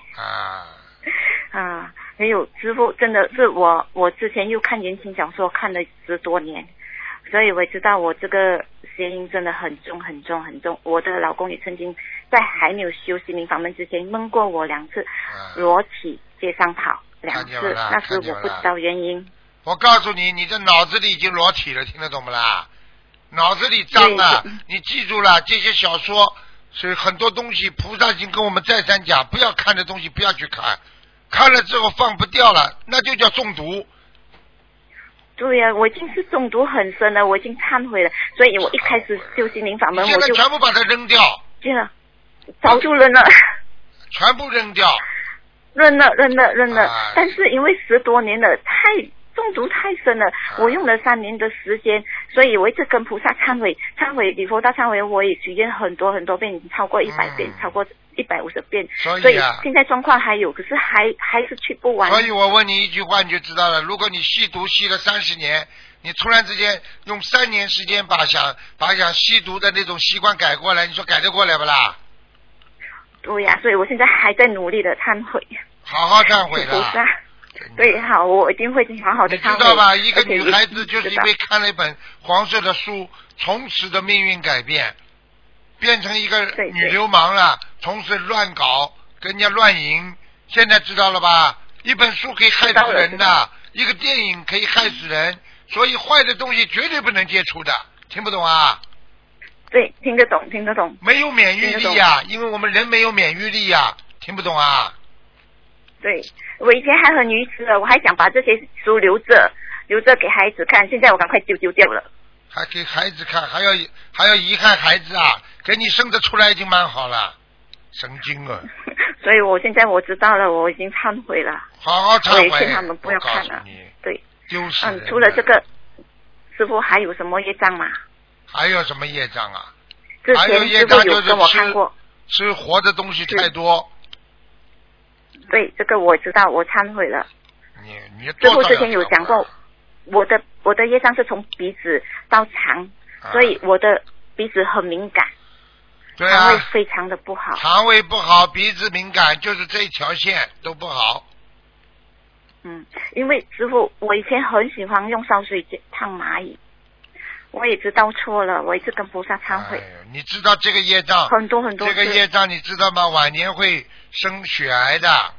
[SPEAKER 6] 还有师父，真的是我之前又看言情小说看了10多年，所以我知道我这个邪淫真的很重很重很重。我的老公也曾经在还没有修心灵法门之前梦过我2次，裸体街上跑2次，那时我不知道原因。
[SPEAKER 1] 我告诉你，你的脑子里已经裸体了，听得懂不啦？脑子里脏了，你记住了，这些小说是很多东西，菩萨已经跟我们再三讲，不要看的东西不要去看，看了之后放不掉了，那就叫中毒。
[SPEAKER 6] 对呀，我已经是中毒很深了，我已经忏悔了，所以我一开始修心灵法门，
[SPEAKER 1] 现在全部把它扔掉。
[SPEAKER 6] 对了，早就扔了。
[SPEAKER 1] 全部扔掉。
[SPEAKER 6] 扔了，但是因为10多年了，中毒太深了，我用了3年的时间，所以我一直跟菩萨忏悔，礼佛大忏悔，我也许愿很多遍，已经超过100遍，超过150遍，所以现在状况还有，可是还是去不完。
[SPEAKER 1] 所以我问你一句话你就知道了，如果你吸毒吸了30年，你突然之间用3年时间把想吸毒的那种习惯改过来，你说改得过来不啦？
[SPEAKER 6] 对呀，所以我现在还在努力的忏悔，
[SPEAKER 1] 好好忏悔的。
[SPEAKER 6] 菩萨，对，好，我一定会好好的忏悔。
[SPEAKER 1] 你知道吧？一个女孩子就是因为看了一本黄色的书，从此的命运改变，变成一个女流氓了，从此乱搞，跟人家乱淫。现在知道了吧？一本书可以害死人的，一个电影可以害死人，所以坏的东西绝对不能接触的。听不懂啊？
[SPEAKER 6] 对，听得懂。
[SPEAKER 1] 没有免疫力呀，因为我们人没有免疫力呀，听不懂啊？对，
[SPEAKER 6] 我以前还很愚痴了，我还想把这些书留着给孩子看，现在我赶快丢掉了。
[SPEAKER 1] 还给孩子看，还要遗憾孩子啊？给你生得出来已经蛮好了，神经啊！
[SPEAKER 6] 所以我现在我知道了，我已经忏悔了。
[SPEAKER 1] 好好忏悔。
[SPEAKER 6] 我也劝他们不要看了。对。
[SPEAKER 1] 就是
[SPEAKER 6] 除了这个，师父还有什么业障吗？
[SPEAKER 1] 还有什么业障啊？
[SPEAKER 6] 之前师父有跟我看过。
[SPEAKER 1] 吃活的东西太多。
[SPEAKER 6] 对，这个我知道，我忏悔了。
[SPEAKER 1] 你
[SPEAKER 6] 师父之前有讲过，我的业障是从鼻子到肠，所以我的鼻子很敏感。
[SPEAKER 1] 对啊。
[SPEAKER 6] 肠胃非常的不好。
[SPEAKER 1] 肠胃不好，鼻子敏感，就是这一条线都不好。
[SPEAKER 6] 因为师父，我以前很喜欢用烧水烫蚂蚁，我也知道错了，我一直跟菩萨忏悔。
[SPEAKER 1] 你知道这个业障
[SPEAKER 6] 很多
[SPEAKER 1] 这个业障你知道吗？晚年会生血癌的。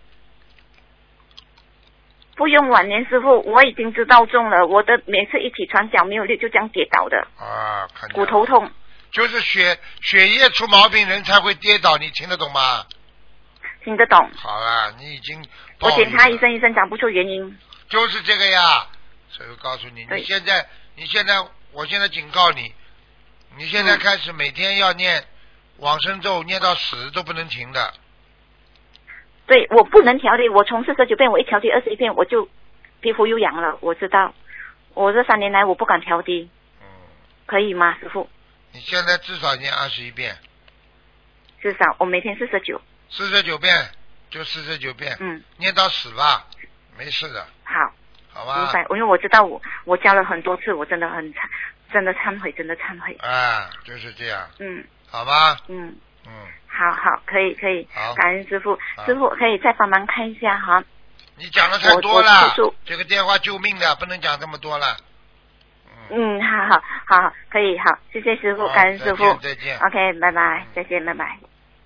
[SPEAKER 6] 不用晚年，师父，我已经知道中了。我的每次一起床脚没有力就这样跌倒的。
[SPEAKER 1] 看
[SPEAKER 6] 骨头痛。
[SPEAKER 1] 就是血液出毛病人才会跌倒，你听得懂吗？
[SPEAKER 6] 听得懂。
[SPEAKER 1] 好了，你已经
[SPEAKER 6] 我检查医生讲不出原因。
[SPEAKER 1] 就是这个呀，所以我告诉你，你现在，我现在警告你，你现在开始每天要念往生咒，念到死都不能停的。
[SPEAKER 6] 对，我不能调理，我从49遍，我一调低21遍，我就皮肤又痒了。我知道，我这3年来我不敢调低。可以吗，师父？
[SPEAKER 1] 你现在至少念21遍。
[SPEAKER 6] 至少我每天49
[SPEAKER 1] 遍，就49遍，念到死吧，没事的。好吧。
[SPEAKER 6] 明白，因为我知道我教了很多次，我真的忏悔，真的忏悔。
[SPEAKER 1] 就是这样。好吧。
[SPEAKER 6] 好，可以。
[SPEAKER 1] 好，
[SPEAKER 6] 感恩师傅，师傅可以再帮忙看一下哈。
[SPEAKER 1] 你讲的太多了，这个电话救命的，不能讲这么多了。
[SPEAKER 6] 好，可以，好，谢谢师傅，感恩师傅，
[SPEAKER 1] 再见。
[SPEAKER 6] OK， 拜拜，再见，拜拜。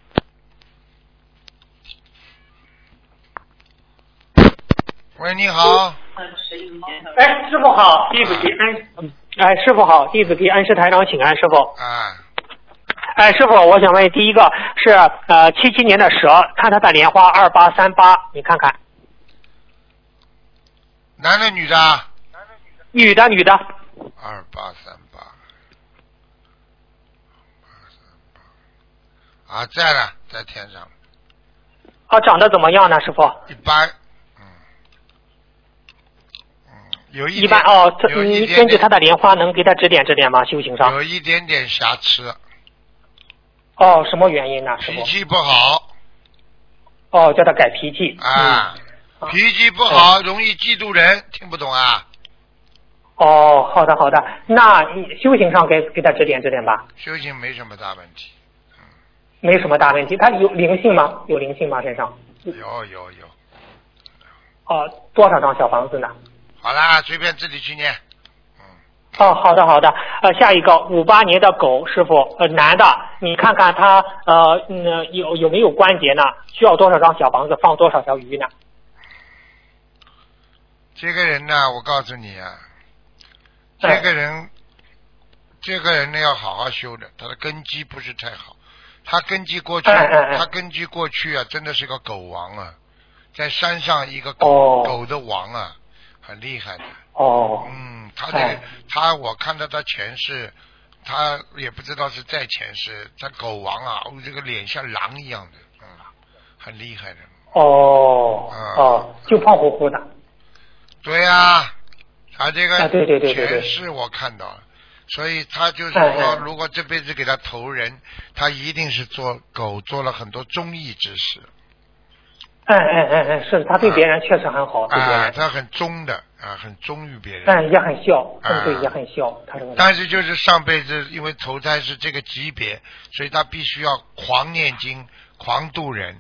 [SPEAKER 1] 喂，你好。
[SPEAKER 7] 师傅好，弟子给师傅好，弟子给恩师台长请安，师傅。师傅，我想问，第一个是77年的蛇，看他的莲花2838，你看看。
[SPEAKER 1] 男的女的？
[SPEAKER 7] 女的。2838。
[SPEAKER 1] 在了，在天上。
[SPEAKER 7] 长得怎么样呢，师傅？
[SPEAKER 1] 一般。有一点。
[SPEAKER 7] 一般你根据他的莲花能给他指点吗？修行上。
[SPEAKER 1] 有一点点瑕疵。
[SPEAKER 7] 什么原因呢？
[SPEAKER 1] 脾气不好。
[SPEAKER 7] 叫他改脾气。
[SPEAKER 1] 脾气不好，容易嫉妒人，听不懂啊？
[SPEAKER 7] 好的。那修行上给他指点吧。
[SPEAKER 1] 修行没什么大问题。
[SPEAKER 7] 没什么大问题，他有灵性吗？有灵性吗？身上？
[SPEAKER 1] 有。
[SPEAKER 7] 多少张小房子呢？
[SPEAKER 1] 好啦，随便自己去念。
[SPEAKER 7] 好的。下一个58年的狗师傅，男的，你看看他有没有关节呢？需要多少张小房子，放多少条鱼呢？
[SPEAKER 1] 这个人呢，我告诉你啊，这个人呢要好好修的，他的根基不是太好。他根基过去啊，真的是个狗王啊，在山上一个狗的王啊，很厉害的。我看到他前世，他也不知道是在前世，他狗王啊，这个脸像狼一样的，很厉害的。
[SPEAKER 7] 就胖乎乎的。
[SPEAKER 1] 对呀，他这个
[SPEAKER 7] 对
[SPEAKER 1] 前世我看到了。所以他就是说，如果这辈子给他投人，他一定是做狗，做了很多忠义之事。
[SPEAKER 7] 是他对别人确实很好，对别人
[SPEAKER 1] 他很忠的很忠于别人。
[SPEAKER 7] 也很孝，对，也很孝。
[SPEAKER 1] 但是就是上辈子因为投胎是这个级别，所以他必须要狂念经、狂度人。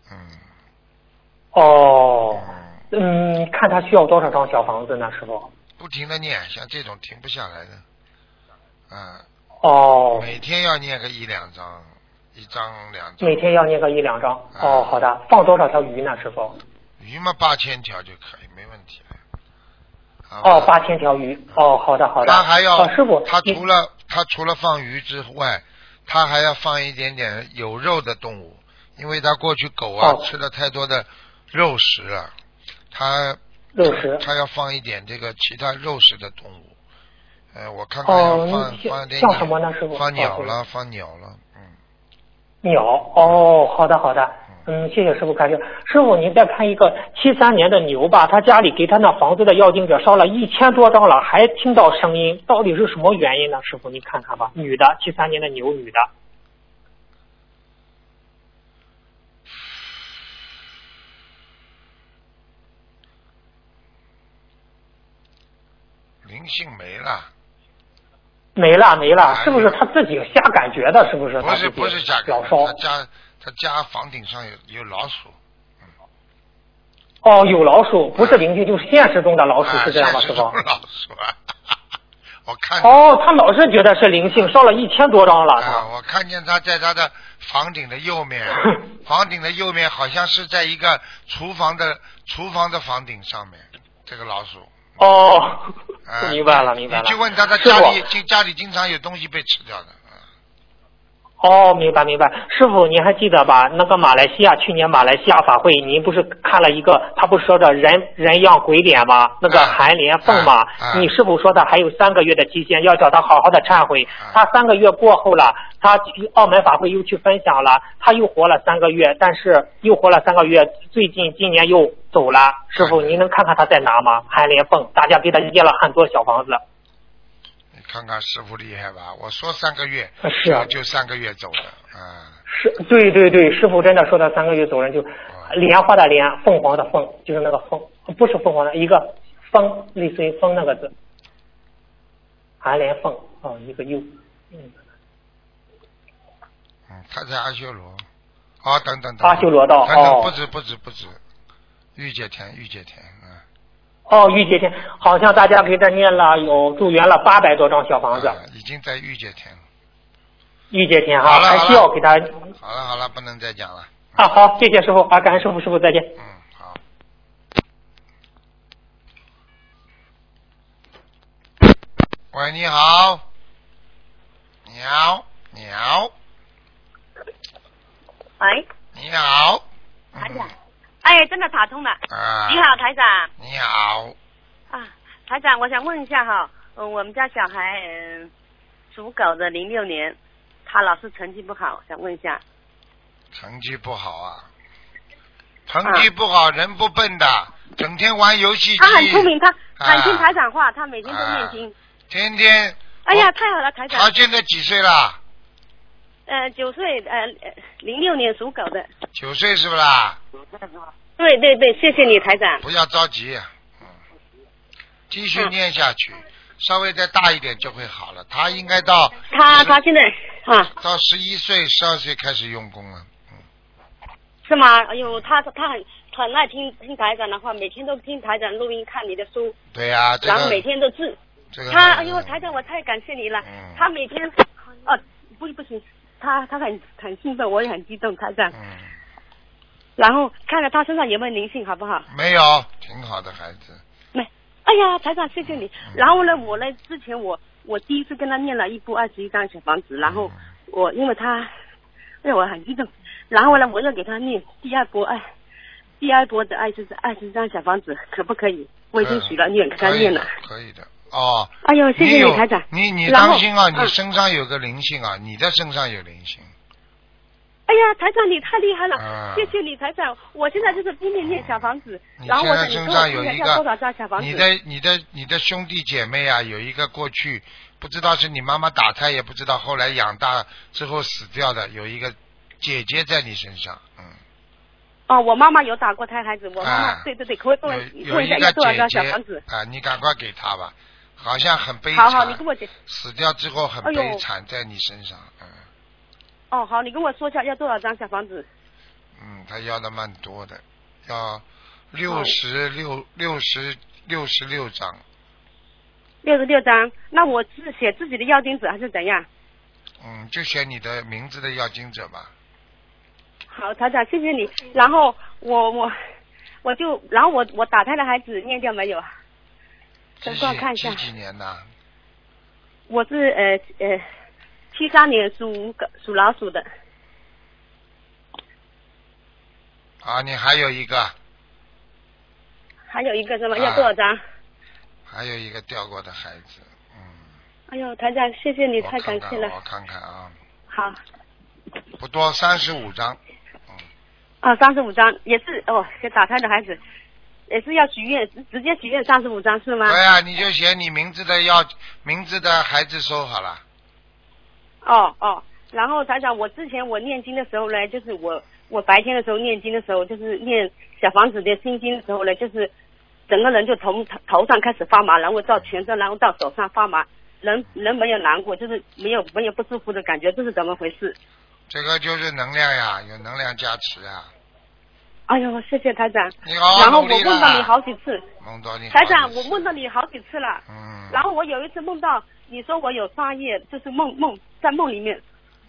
[SPEAKER 7] 看他需要多少张小房子呢，师傅？
[SPEAKER 1] 不停的念，像这种停不下来的。每天要念个1-2张，1张2张。
[SPEAKER 7] 每天要念个1-2张。好的。放多少条鱼呢，师傅？
[SPEAKER 1] 鱼嘛，8000条就可以，没问题。
[SPEAKER 7] 8000条鱼。好的。
[SPEAKER 1] 他还要
[SPEAKER 7] 师傅，
[SPEAKER 1] 他除了放鱼之外，他还要放一点点有肉的动物，因为他过去狗吃了太多的肉食了，他要放一点这个其他肉食的动物。我看看要放点
[SPEAKER 7] 像什么呢？师傅？
[SPEAKER 1] 放鸟了。
[SPEAKER 7] 鸟。好的。谢谢师傅开示。师傅，您再看一个73年的牛吧，他家里给他那房子的要经者烧了1000多张了，还听到声音，到底是什么原因呢？师傅，你看看吧。女的，73年的牛，女的。
[SPEAKER 1] 灵性没了。
[SPEAKER 7] 没了，是不是他自己瞎感觉的？是不是？
[SPEAKER 1] 不是瞎感觉，
[SPEAKER 7] 老烧。
[SPEAKER 1] 他家房顶上有老鼠。
[SPEAKER 7] 有老鼠，不是灵性，就是现实中的老鼠，是这样吗，师傅？
[SPEAKER 1] 老鼠我看。
[SPEAKER 7] 他老是觉得是灵性，烧了1000多张了。
[SPEAKER 1] 我看见他在他的房顶的右面，房顶的右面好像是在一个厨房的房顶上面，这个老鼠。
[SPEAKER 7] 明白了。你
[SPEAKER 1] 去问他家里经常有东西被吃掉的。
[SPEAKER 7] 明白。师傅，您还记得吧？那个去年马来西亚法会，您不是看了一个，他不是说的人样鬼脸吗？那个韩连凤嘛，你师傅说的还有3个月的期限，要叫他好好的忏悔。他3个月过后了，他澳门法会又去分享了，他又活了3个月，但是又活了3个月，最近今年又走了。师傅，您能看看他在哪吗？韩连凤，大家给他建了很多小房子。
[SPEAKER 1] 看看师傅厉害吧，我说3个月，
[SPEAKER 7] 是啊，
[SPEAKER 1] 就3个月走的，
[SPEAKER 7] 对对对，师傅真的说他3个月走人，就莲花的莲，凤凰的凤，就是那个凤，不是凤凰的一个风，类似于风那个字，韩莲凤一个又。
[SPEAKER 1] 他在阿修罗。等等，
[SPEAKER 7] 阿修罗道
[SPEAKER 1] 不止，御界天，
[SPEAKER 7] 御界天，好像大家给他念了有助缘了800多张小房子，
[SPEAKER 1] 已经在御界天了。
[SPEAKER 7] 御界天哈，还需要给他。
[SPEAKER 1] 好了，不能再讲了。
[SPEAKER 7] 好，谢谢师傅感恩师傅再见。
[SPEAKER 1] 好。喂，你好。
[SPEAKER 8] 喂，
[SPEAKER 1] 你好，
[SPEAKER 8] 台长，哎，真的打通了。你好，台长。
[SPEAKER 1] 你好。
[SPEAKER 8] 台长，我想问一下哈，我们家小孩属狗的06年，他老是成绩不好，想问一下。
[SPEAKER 1] 成绩不好啊？成绩不好，人不笨的，整天玩游戏机。
[SPEAKER 8] 他很聪明，他很听台长话，他每天都念经。
[SPEAKER 1] 天天。
[SPEAKER 8] 哎呀，太好了，台长。
[SPEAKER 1] 他现在几岁了
[SPEAKER 8] ？9岁，06年属狗的。
[SPEAKER 1] 9岁是不啦？
[SPEAKER 8] 对，谢谢你台长。
[SPEAKER 1] 不要着急，继续念下去，稍微再大一点就会好了。他应该到
[SPEAKER 8] 他现在
[SPEAKER 1] 到11岁、12岁开始用功了。
[SPEAKER 8] 是吗？哎呦，他很爱听台长的话，每天都听台长录音，看你的书。
[SPEAKER 1] 对呀，
[SPEAKER 8] 然后每天都治。哎呦，台长，我太感谢你了。他每天不行。他很兴奋，我也很激动，台长。然后看看他身上有没有灵性，好不好？
[SPEAKER 1] 没有，挺好的孩子。
[SPEAKER 8] 没。哎呀，台长，谢谢你。然后呢，我之前我第一次跟他念了1部21张小房子，然后因为我很激动，然后呢，我又给他念第二波的20张小房子，可不可以？我已经许了愿，给他念了。
[SPEAKER 1] 可以的。
[SPEAKER 8] 哎呦，谢谢你台长。
[SPEAKER 1] 你当心啊！你身上有个灵性啊，你的身上有灵性。
[SPEAKER 8] 哎呀，台长你太厉害了，谢谢你台长。我现在就是拼命念小房子，然后我
[SPEAKER 1] 身上有一个
[SPEAKER 8] 多少张小房子？
[SPEAKER 1] 你的兄弟姐妹啊，有一个过去不知道是你妈妈打胎，也不知道后来养大之后死掉的，有一个姐姐在你身上，
[SPEAKER 8] 我妈妈有打过胎孩子，我妈妈对，可以问一下有多少张小房子？
[SPEAKER 1] 你赶快给她吧。好像很悲惨。
[SPEAKER 8] 好，你跟我讲。
[SPEAKER 1] 死掉之后很悲惨，在你身上。
[SPEAKER 8] 好，你跟我说一下要多少张小房子？
[SPEAKER 1] 他要的蛮多的，要66张。
[SPEAKER 8] 66张，那我是写自己的要经者还是怎样？
[SPEAKER 1] 就写你的名字的要经者吧。
[SPEAKER 8] 好，台长，谢谢你。然后我打胎的孩子念掉没有？等我看一下。
[SPEAKER 1] 几年的？
[SPEAKER 8] 我是73年属老鼠的。
[SPEAKER 1] 你还有一个。
[SPEAKER 8] 还有一个是吗？要多少张？
[SPEAKER 1] 还有一个掉过的孩子。
[SPEAKER 8] 哎呦，台长，谢谢你，太感谢了。
[SPEAKER 1] 我看看啊。
[SPEAKER 8] 好。
[SPEAKER 1] 不多，35张。
[SPEAKER 8] 35张也是给打胎的孩子。也是要许愿，直接许愿35张是吗？
[SPEAKER 1] 对啊，你就写你名字的孩子收好了。
[SPEAKER 8] 然后台长，我之前念经的时候呢，就是我白天的时候念经的时候，就是念小房子的心经的时候呢，就是整个人就头上开始发麻，然后到全身，然后到手上发麻，人没有难过，就是没有不舒服的感觉，这是怎么回事？
[SPEAKER 1] 这个就是能量呀，有能量加持呀。
[SPEAKER 8] 哎呦，谢谢台长。
[SPEAKER 1] 你好，
[SPEAKER 8] 然后我梦到你好几次。
[SPEAKER 1] 梦到你。
[SPEAKER 8] 台长，我梦到你好几次了。然后我有一次梦到你说我有杀业，就是在梦里面。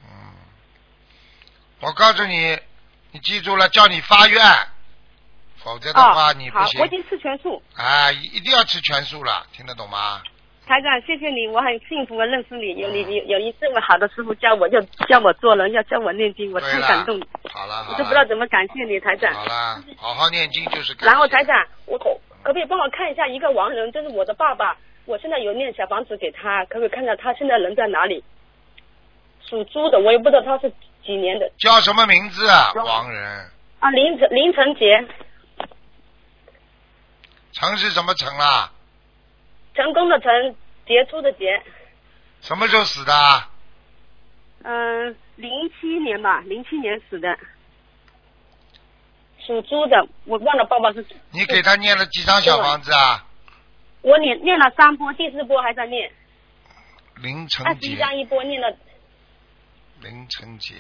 [SPEAKER 1] 我告诉你，你记住了，叫你发愿，否则的话你不行。
[SPEAKER 8] 好，我已经吃全素。
[SPEAKER 1] 一定要吃全素了，听得懂吗？
[SPEAKER 8] 台长，谢谢你，我很幸福的认识你，有一这么好的师傅教我，要教我做人，要教我念经，我太感动。
[SPEAKER 1] 好了，
[SPEAKER 8] 我都不知道怎么感谢你，台长。
[SPEAKER 1] 好了，好好念经就是感谢。
[SPEAKER 8] 然后台长，可不可以帮我看一下一个亡人，就是我的爸爸，我现在有念小房子给他，可不可以看到他现在人在哪里？属猪的，我也不知道他是几年的。
[SPEAKER 1] 叫什么名字啊？亡人。
[SPEAKER 8] 林成杰。
[SPEAKER 1] 成是什么成啦？
[SPEAKER 8] 成功的成，杰出的杰。
[SPEAKER 1] 什么时候死的？
[SPEAKER 8] 07年吧，07年死的，属猪的，我忘了爸爸是。
[SPEAKER 1] 你给他念了几张小房子啊？
[SPEAKER 8] 我念了3波，第4波还在念。
[SPEAKER 1] 林成杰。
[SPEAKER 8] 21张一波念了。
[SPEAKER 1] 林成杰。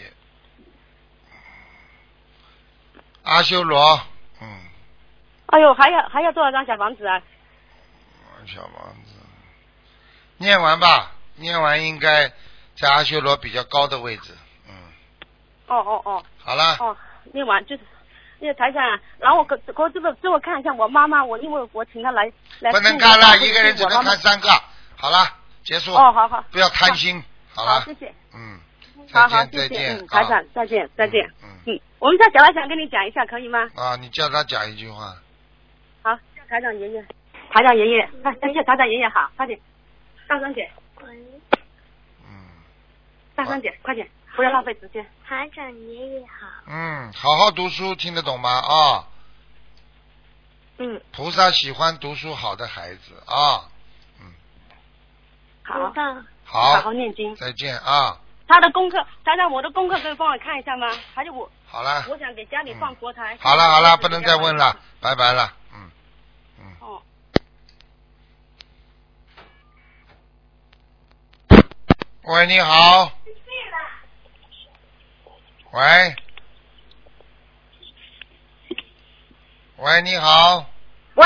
[SPEAKER 1] 阿修罗，
[SPEAKER 8] 哎呦，还要多少张小房子啊？
[SPEAKER 1] 小房子，念完吧，念完应该在阿修罗比较高的位置，
[SPEAKER 8] 哦。
[SPEAKER 1] 好了。
[SPEAKER 8] 念完就是那个台长，然后我最后看一下我妈妈，因为我请她来。
[SPEAKER 1] 不能看了，一个人只能看3个。好了，结束。
[SPEAKER 8] 好。
[SPEAKER 1] 不要贪心，好了。
[SPEAKER 8] 好，谢谢。
[SPEAKER 1] 好，
[SPEAKER 8] 再
[SPEAKER 1] 见，
[SPEAKER 8] 台长，再见。我们家小孩想跟你讲一下，可以吗？
[SPEAKER 1] 你叫他讲一句话。
[SPEAKER 8] 好，叫台长爷爷。台长爷爷，等一下，台长爷爷好，快点，大声点。大声点，快点，不要浪费时间。
[SPEAKER 9] 台长爷爷好。
[SPEAKER 1] 好好读书，听得懂吗？菩萨喜欢读书好的孩子啊。
[SPEAKER 8] 好好念经。
[SPEAKER 1] 再见啊。
[SPEAKER 8] 他的功课，台长，我的功课可以帮我看一下吗？还有我。
[SPEAKER 1] 好了。
[SPEAKER 8] 我想给家里放佛台。
[SPEAKER 1] 好了，不能再问了，拜拜了。喂，你好。喂，你好。
[SPEAKER 9] 喂，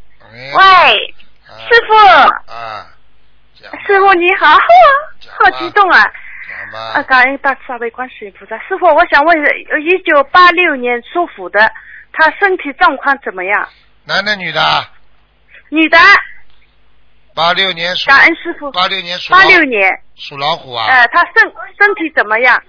[SPEAKER 9] 师傅。师傅你好，好激动啊！感恩大慈悲观世音菩萨。师傅，我想问，1986年属虎的，他身体状况怎么样？
[SPEAKER 1] 男的女的？
[SPEAKER 9] 女的。
[SPEAKER 1] 86年属。
[SPEAKER 9] 感恩师傅。
[SPEAKER 1] 86年属。
[SPEAKER 9] 86年。
[SPEAKER 1] 属老虎啊。
[SPEAKER 9] 他身体怎么样？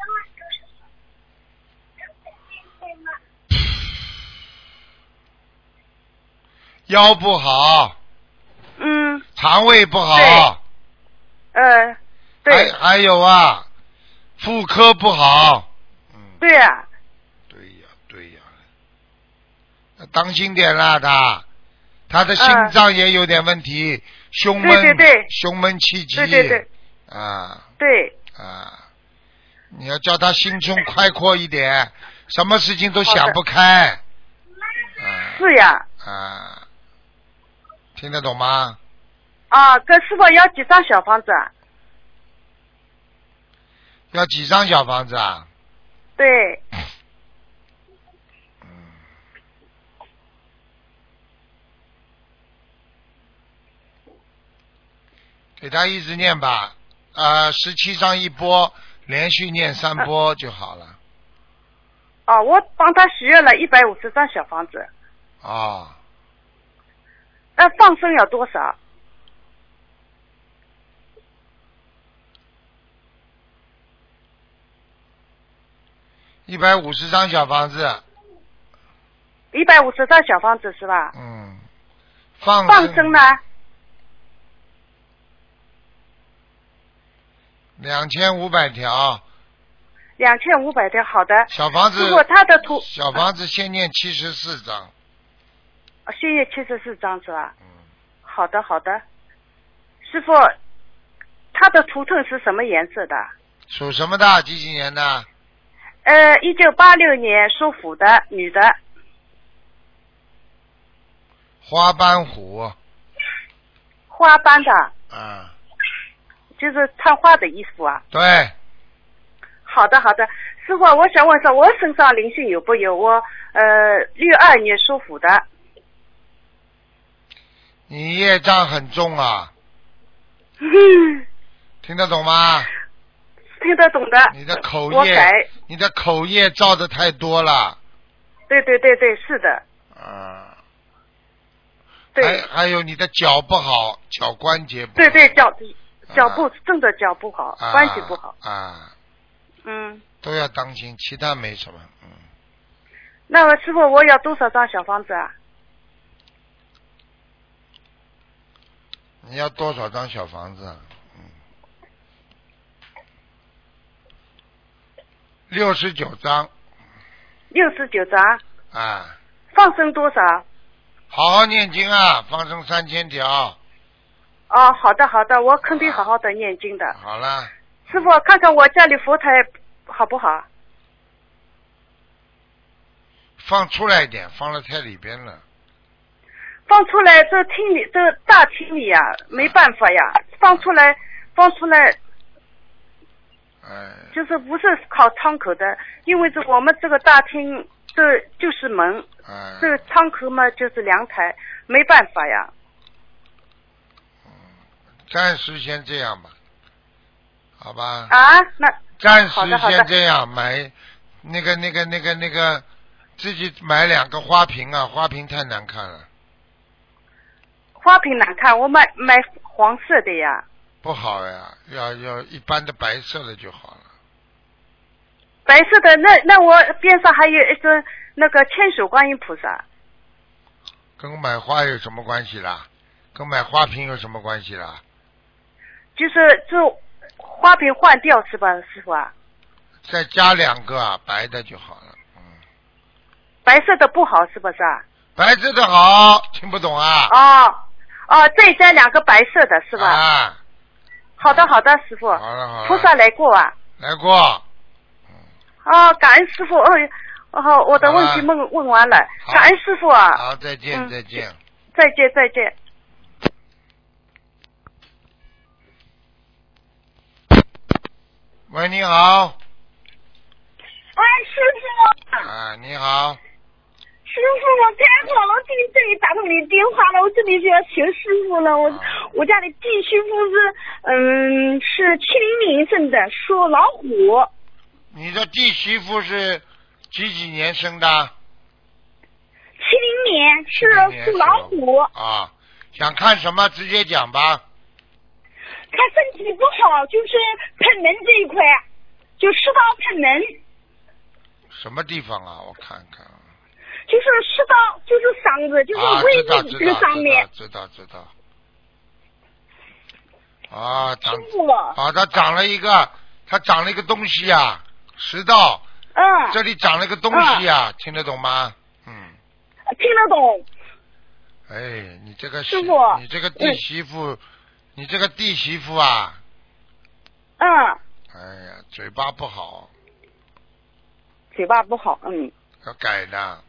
[SPEAKER 1] 腰不好。肠胃不好。
[SPEAKER 9] 对。
[SPEAKER 1] 还有啊，妇科不好。
[SPEAKER 9] 对呀。
[SPEAKER 1] 对呀。当心点啦，他的心脏也有点问题，胸闷气急。
[SPEAKER 9] 对。
[SPEAKER 1] 对。你要叫他心胸开阔一点，什么事情都想不开。
[SPEAKER 9] 是呀。
[SPEAKER 1] 听得懂吗？
[SPEAKER 9] 跟师傅要几张小房子啊？
[SPEAKER 1] 要几张小房子啊？
[SPEAKER 9] 对。
[SPEAKER 1] 给他一直念吧，17张一波，连续念3波就好了。
[SPEAKER 9] 我帮他许愿了150张小房子。那放生要多少
[SPEAKER 1] ？150张小房子。
[SPEAKER 9] 150张小房子是吧？
[SPEAKER 1] 放
[SPEAKER 9] 生呢
[SPEAKER 1] ？2500条。
[SPEAKER 9] 2500条，好的。
[SPEAKER 1] 小房子。
[SPEAKER 9] 如果他的
[SPEAKER 1] 小房子先念74张。
[SPEAKER 9] 先念74张是吧？好的。师傅，他的图腾是什么颜色的？
[SPEAKER 1] 属什么的？几年的
[SPEAKER 9] ？1986年属虎的，女的。
[SPEAKER 1] 花斑虎。
[SPEAKER 9] 花斑的。就是穿花的衣服啊。
[SPEAKER 1] 对。
[SPEAKER 9] 好的。师傅，我想问一下，我身上灵性有不有？我62年属虎的。
[SPEAKER 1] 你业障很重啊。听得懂吗？
[SPEAKER 9] 听得懂的。
[SPEAKER 1] 你的口业造的太多了。
[SPEAKER 9] 对，是的。对。
[SPEAKER 1] 还有你的脚不好，脚关节不好。
[SPEAKER 9] 对，脚部真的脚不好，关节不好。
[SPEAKER 1] 都要当心，其他没什么。
[SPEAKER 9] 那么师傅，我要多少张小房子啊？
[SPEAKER 1] 你要多少张小房子？69张。
[SPEAKER 9] 69张。
[SPEAKER 1] 啊。
[SPEAKER 9] 放生多少？
[SPEAKER 1] 好好念经啊，放生3000条。
[SPEAKER 9] 哦，好的，我肯定好好的念经的。
[SPEAKER 1] 好了。
[SPEAKER 9] 师傅看看我家里佛台好不好？
[SPEAKER 1] 放出来一点，放了太里边了。
[SPEAKER 9] 放出来这厅里，这大厅里呀，没办法呀，放出来，就是不是靠窗口的，因为我们这个大厅这就是门，这个窗口嘛就是阳台，没办法呀。
[SPEAKER 1] 暂时先这样吧，好吧？
[SPEAKER 9] 啊，那
[SPEAKER 1] 暂时先这样，买那个，自己买2个花瓶啊，花瓶太难看了。
[SPEAKER 9] 花瓶难看，我买黄色的呀。
[SPEAKER 1] 不好呀，要一般的白色的就好了。
[SPEAKER 9] 白色的，那我边上还有一尊那个千手观音菩萨。
[SPEAKER 1] 跟买花有什么关系啦？跟买花瓶有什么关系啦？
[SPEAKER 9] 就是这花瓶换掉是吧，师傅啊？
[SPEAKER 1] 再加2个啊，白的就好了。
[SPEAKER 9] 白色的不好是不是啊？
[SPEAKER 1] 白色的好，听不懂啊？
[SPEAKER 9] 再加2个白色的是吧？
[SPEAKER 1] 啊。
[SPEAKER 9] 好的，师傅。
[SPEAKER 1] 好了。
[SPEAKER 9] 菩萨来过啊？
[SPEAKER 1] 来过。
[SPEAKER 9] 感恩师傅。我的问题问完了，感恩师傅啊。
[SPEAKER 1] 好，再见。
[SPEAKER 9] 再见。
[SPEAKER 1] 喂，你好。
[SPEAKER 10] 喂，师傅。
[SPEAKER 1] 你好。
[SPEAKER 10] 师傅，我太好了，这里打通你电话了，我这里就要求师傅了。我家里弟媳妇是70年生的，属老虎。
[SPEAKER 1] 你的弟媳妇是几年生的
[SPEAKER 10] ？70年，是属老虎。
[SPEAKER 1] 啊，想看什么直接讲吧。
[SPEAKER 10] 他身体不好，就是盆门这一块，就食道盆门。
[SPEAKER 1] 什么地方啊？我看看。
[SPEAKER 10] 就是食道，就是嗓子，就是胃部这个上面。
[SPEAKER 1] 知道。它长了一个东西啊，食道。这里长了个东西啊，听得懂吗？
[SPEAKER 10] 听得懂。
[SPEAKER 1] 哎，你这个
[SPEAKER 10] 师傅，
[SPEAKER 1] 你这个弟媳妇啊。
[SPEAKER 10] 哎
[SPEAKER 1] 呀，嘴巴不好。要改的。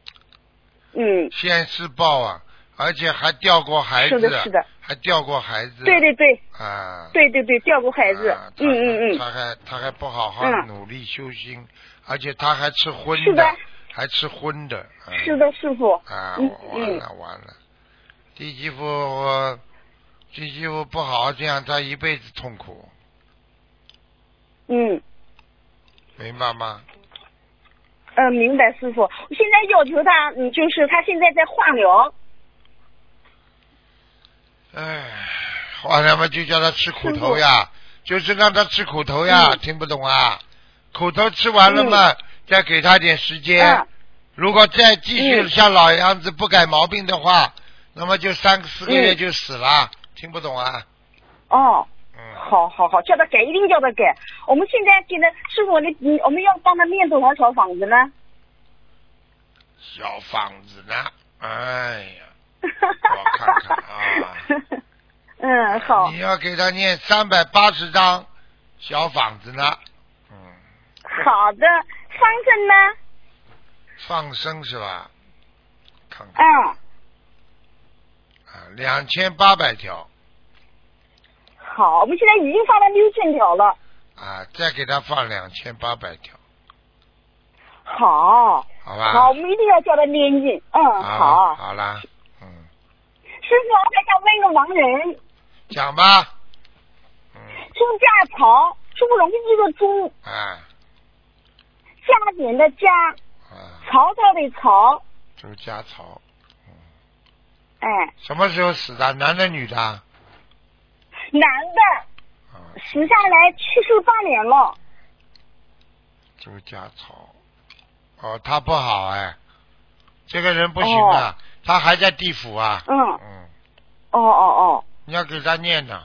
[SPEAKER 1] 现世报啊，而且还掉过孩子。
[SPEAKER 10] 是的。
[SPEAKER 1] 还掉过孩子。
[SPEAKER 10] 对。对，掉过孩子。
[SPEAKER 1] 他还不好好努力修心，而且他还吃荤的。
[SPEAKER 10] 是的。
[SPEAKER 1] 还吃荤的。
[SPEAKER 10] 是的，师傅。
[SPEAKER 1] 完了。弟媳妇不好好这样，他一辈子痛苦。明白吗？
[SPEAKER 10] 明白，师傅。我现在要求他，就是他现在在化疗。
[SPEAKER 1] 化疗嘛，就叫他吃苦头呀，就是让他吃苦头呀，听不懂啊？苦头吃完了嘛，再给他点时间。如果再继续像老样子不改毛病的话，那么就3-4个月就死了，听不懂啊？
[SPEAKER 10] 好，叫他改，一定叫他改。我们现在给他师傅，我们要帮他念多少小房子呢？
[SPEAKER 1] 小房子呢？哎呀，我看看啊。
[SPEAKER 10] 好。
[SPEAKER 1] 你要给他念380张小房子呢。
[SPEAKER 10] 好的，放生呢？
[SPEAKER 1] 放生是吧？看看。2800条。
[SPEAKER 10] 好，我们现在已经发了6000条了。
[SPEAKER 1] 再给他放2800条。
[SPEAKER 10] 好
[SPEAKER 1] 吧。
[SPEAKER 10] 好，我们一定要叫他念经。好。
[SPEAKER 1] 好啦。
[SPEAKER 10] 师傅，我还想问个盲人。
[SPEAKER 1] 讲吧。
[SPEAKER 10] 朱家草，朱龙一个朱。加减的加。曹操的曹。
[SPEAKER 1] 朱家草。
[SPEAKER 10] 什
[SPEAKER 1] 么时候死的？男的女的？
[SPEAKER 10] 男的。死下来78年了。
[SPEAKER 1] 朱家草。他不好这个人不行啊，他还在地府啊。你要给他念的。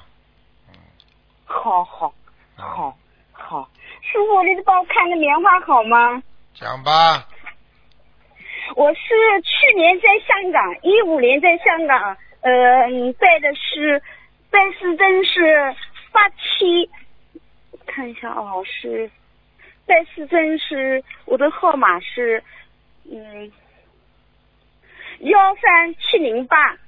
[SPEAKER 10] 好。师傅，你帮我看个莲花好吗？
[SPEAKER 1] 讲吧。
[SPEAKER 10] 我是去年在香港，15年在香港，拜的是拜师真是87， 是在市镇是我的号码是13708。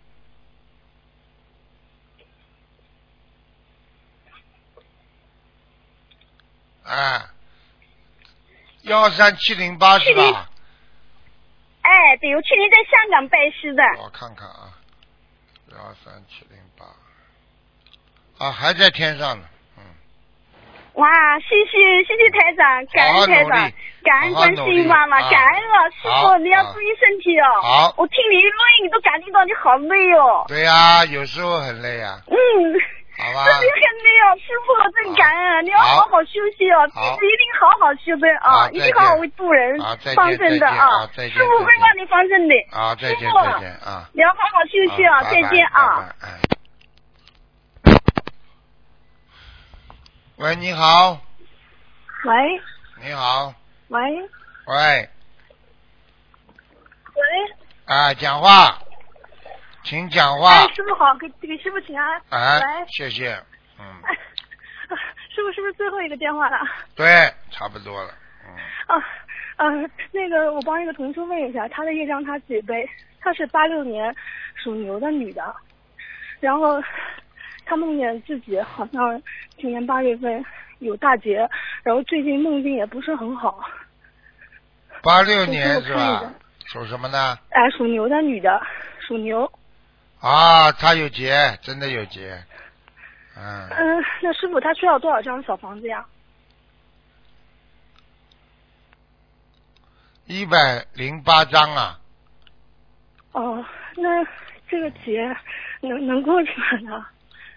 [SPEAKER 1] 13708是吧？
[SPEAKER 10] 哎，对，我去年在香港拜师的。
[SPEAKER 1] 我看看啊，13708啊，还在天上呢。
[SPEAKER 10] 哇，谢谢台长，感恩台长，感恩观世音妈妈，感恩了，师傅你要注意身体哦。
[SPEAKER 1] 好，
[SPEAKER 10] 我听你录音都感觉到你好累哦。
[SPEAKER 1] 对呀，有时候很累啊。好吧。
[SPEAKER 10] 真的很累哦，师傅真感恩，你要好好休息哦，弟子一定好好修的啊，一定好好为度人放生的啊，师傅会帮你放生的。
[SPEAKER 1] 啊，再见
[SPEAKER 10] 再见啊，你要好好休息啊，再见啊。
[SPEAKER 1] 喂，你好。
[SPEAKER 9] 喂。
[SPEAKER 1] 你好。
[SPEAKER 9] 喂。
[SPEAKER 1] 喂。
[SPEAKER 9] 喂。
[SPEAKER 1] 啊，讲话，请讲话。
[SPEAKER 9] 师傅好，给师傅请安。喂。
[SPEAKER 1] 谢谢。
[SPEAKER 9] 师傅是不是最后一个电话了？
[SPEAKER 1] 对，差不多了。
[SPEAKER 9] 那个我帮一个同学问一下，他的业障他自己背，他是86年属牛的女的，然后他梦见自己好像今年8月份有大劫，然后最近梦境也不是很好。
[SPEAKER 1] 86年是吧？属什么呢？
[SPEAKER 9] 属牛的女的，属牛。
[SPEAKER 1] 啊，她有劫，真的有劫。
[SPEAKER 9] 那师傅他需要多少张小房子呀
[SPEAKER 1] ？108张啊。
[SPEAKER 9] 哦，那这个劫能过去吗？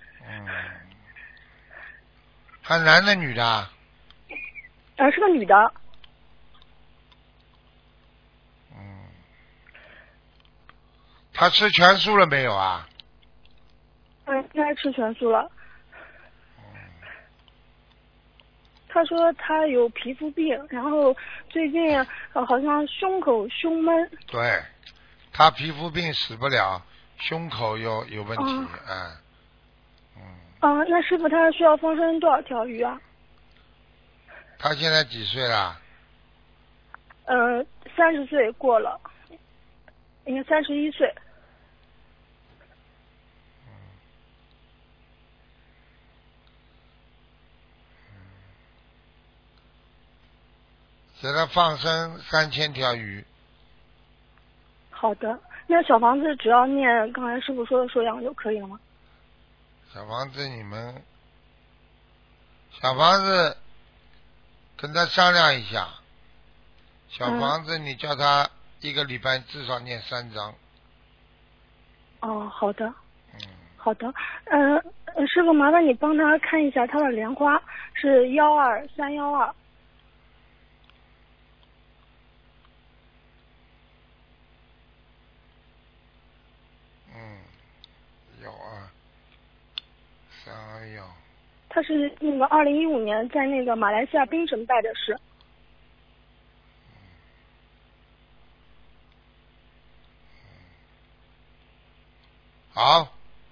[SPEAKER 1] 他男的女的？
[SPEAKER 9] 是个女的。
[SPEAKER 1] 他吃全素了没有啊？
[SPEAKER 9] 应该吃全素了。他说他有皮肤病，然后最近好像胸口胸闷。
[SPEAKER 1] 对，他皮肤病死不了，胸口有问题。
[SPEAKER 9] 那师傅他需要放生多少条鱼啊？
[SPEAKER 1] 他现在几岁了
[SPEAKER 9] ？30岁过了，应该31岁。
[SPEAKER 1] 给他放生3000条鱼。
[SPEAKER 9] 好的，那小房子只要念刚才师傅说的数量就可以了吗？
[SPEAKER 1] 小房子跟他商量一下，小房子你叫他1个礼拜至少念3章。
[SPEAKER 9] 好的。好的，师傅麻烦你帮他看一下他的莲花是12312。
[SPEAKER 1] 12312。
[SPEAKER 9] 他是那个2015年在那个马来西亚槟城拜的师。
[SPEAKER 1] 好。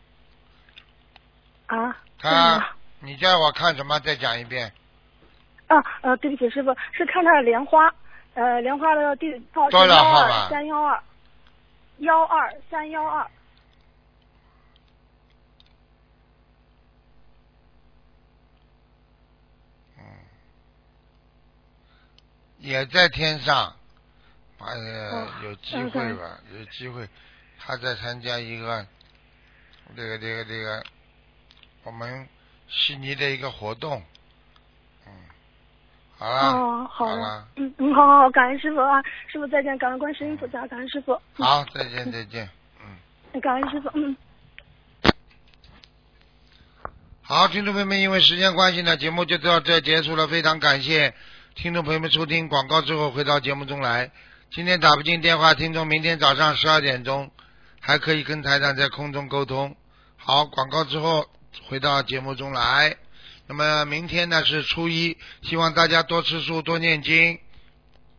[SPEAKER 1] 你叫我看什么？再讲一遍。
[SPEAKER 9] 对不起，师傅，是看他的莲花，莲花的地址号是12312。
[SPEAKER 1] 也在天上，有机会吧？有机会，他在参加一个这个我们悉尼的一个活动。好了。
[SPEAKER 9] 好了。好，感恩师傅啊！师傅再见，感恩观世音菩萨，感恩师傅。
[SPEAKER 1] 好，再见。
[SPEAKER 9] 感恩师傅。
[SPEAKER 1] 好，听众朋友们，因为时间关系呢，节目就到这结束了。非常感谢听众朋友们收听广告之后回到节目中来。今天打不进电话，听众明天早上12点钟还可以跟台长在空中沟通。好，广告之后回到节目中来。那么明天呢是初一，希望大家多吃素多念经。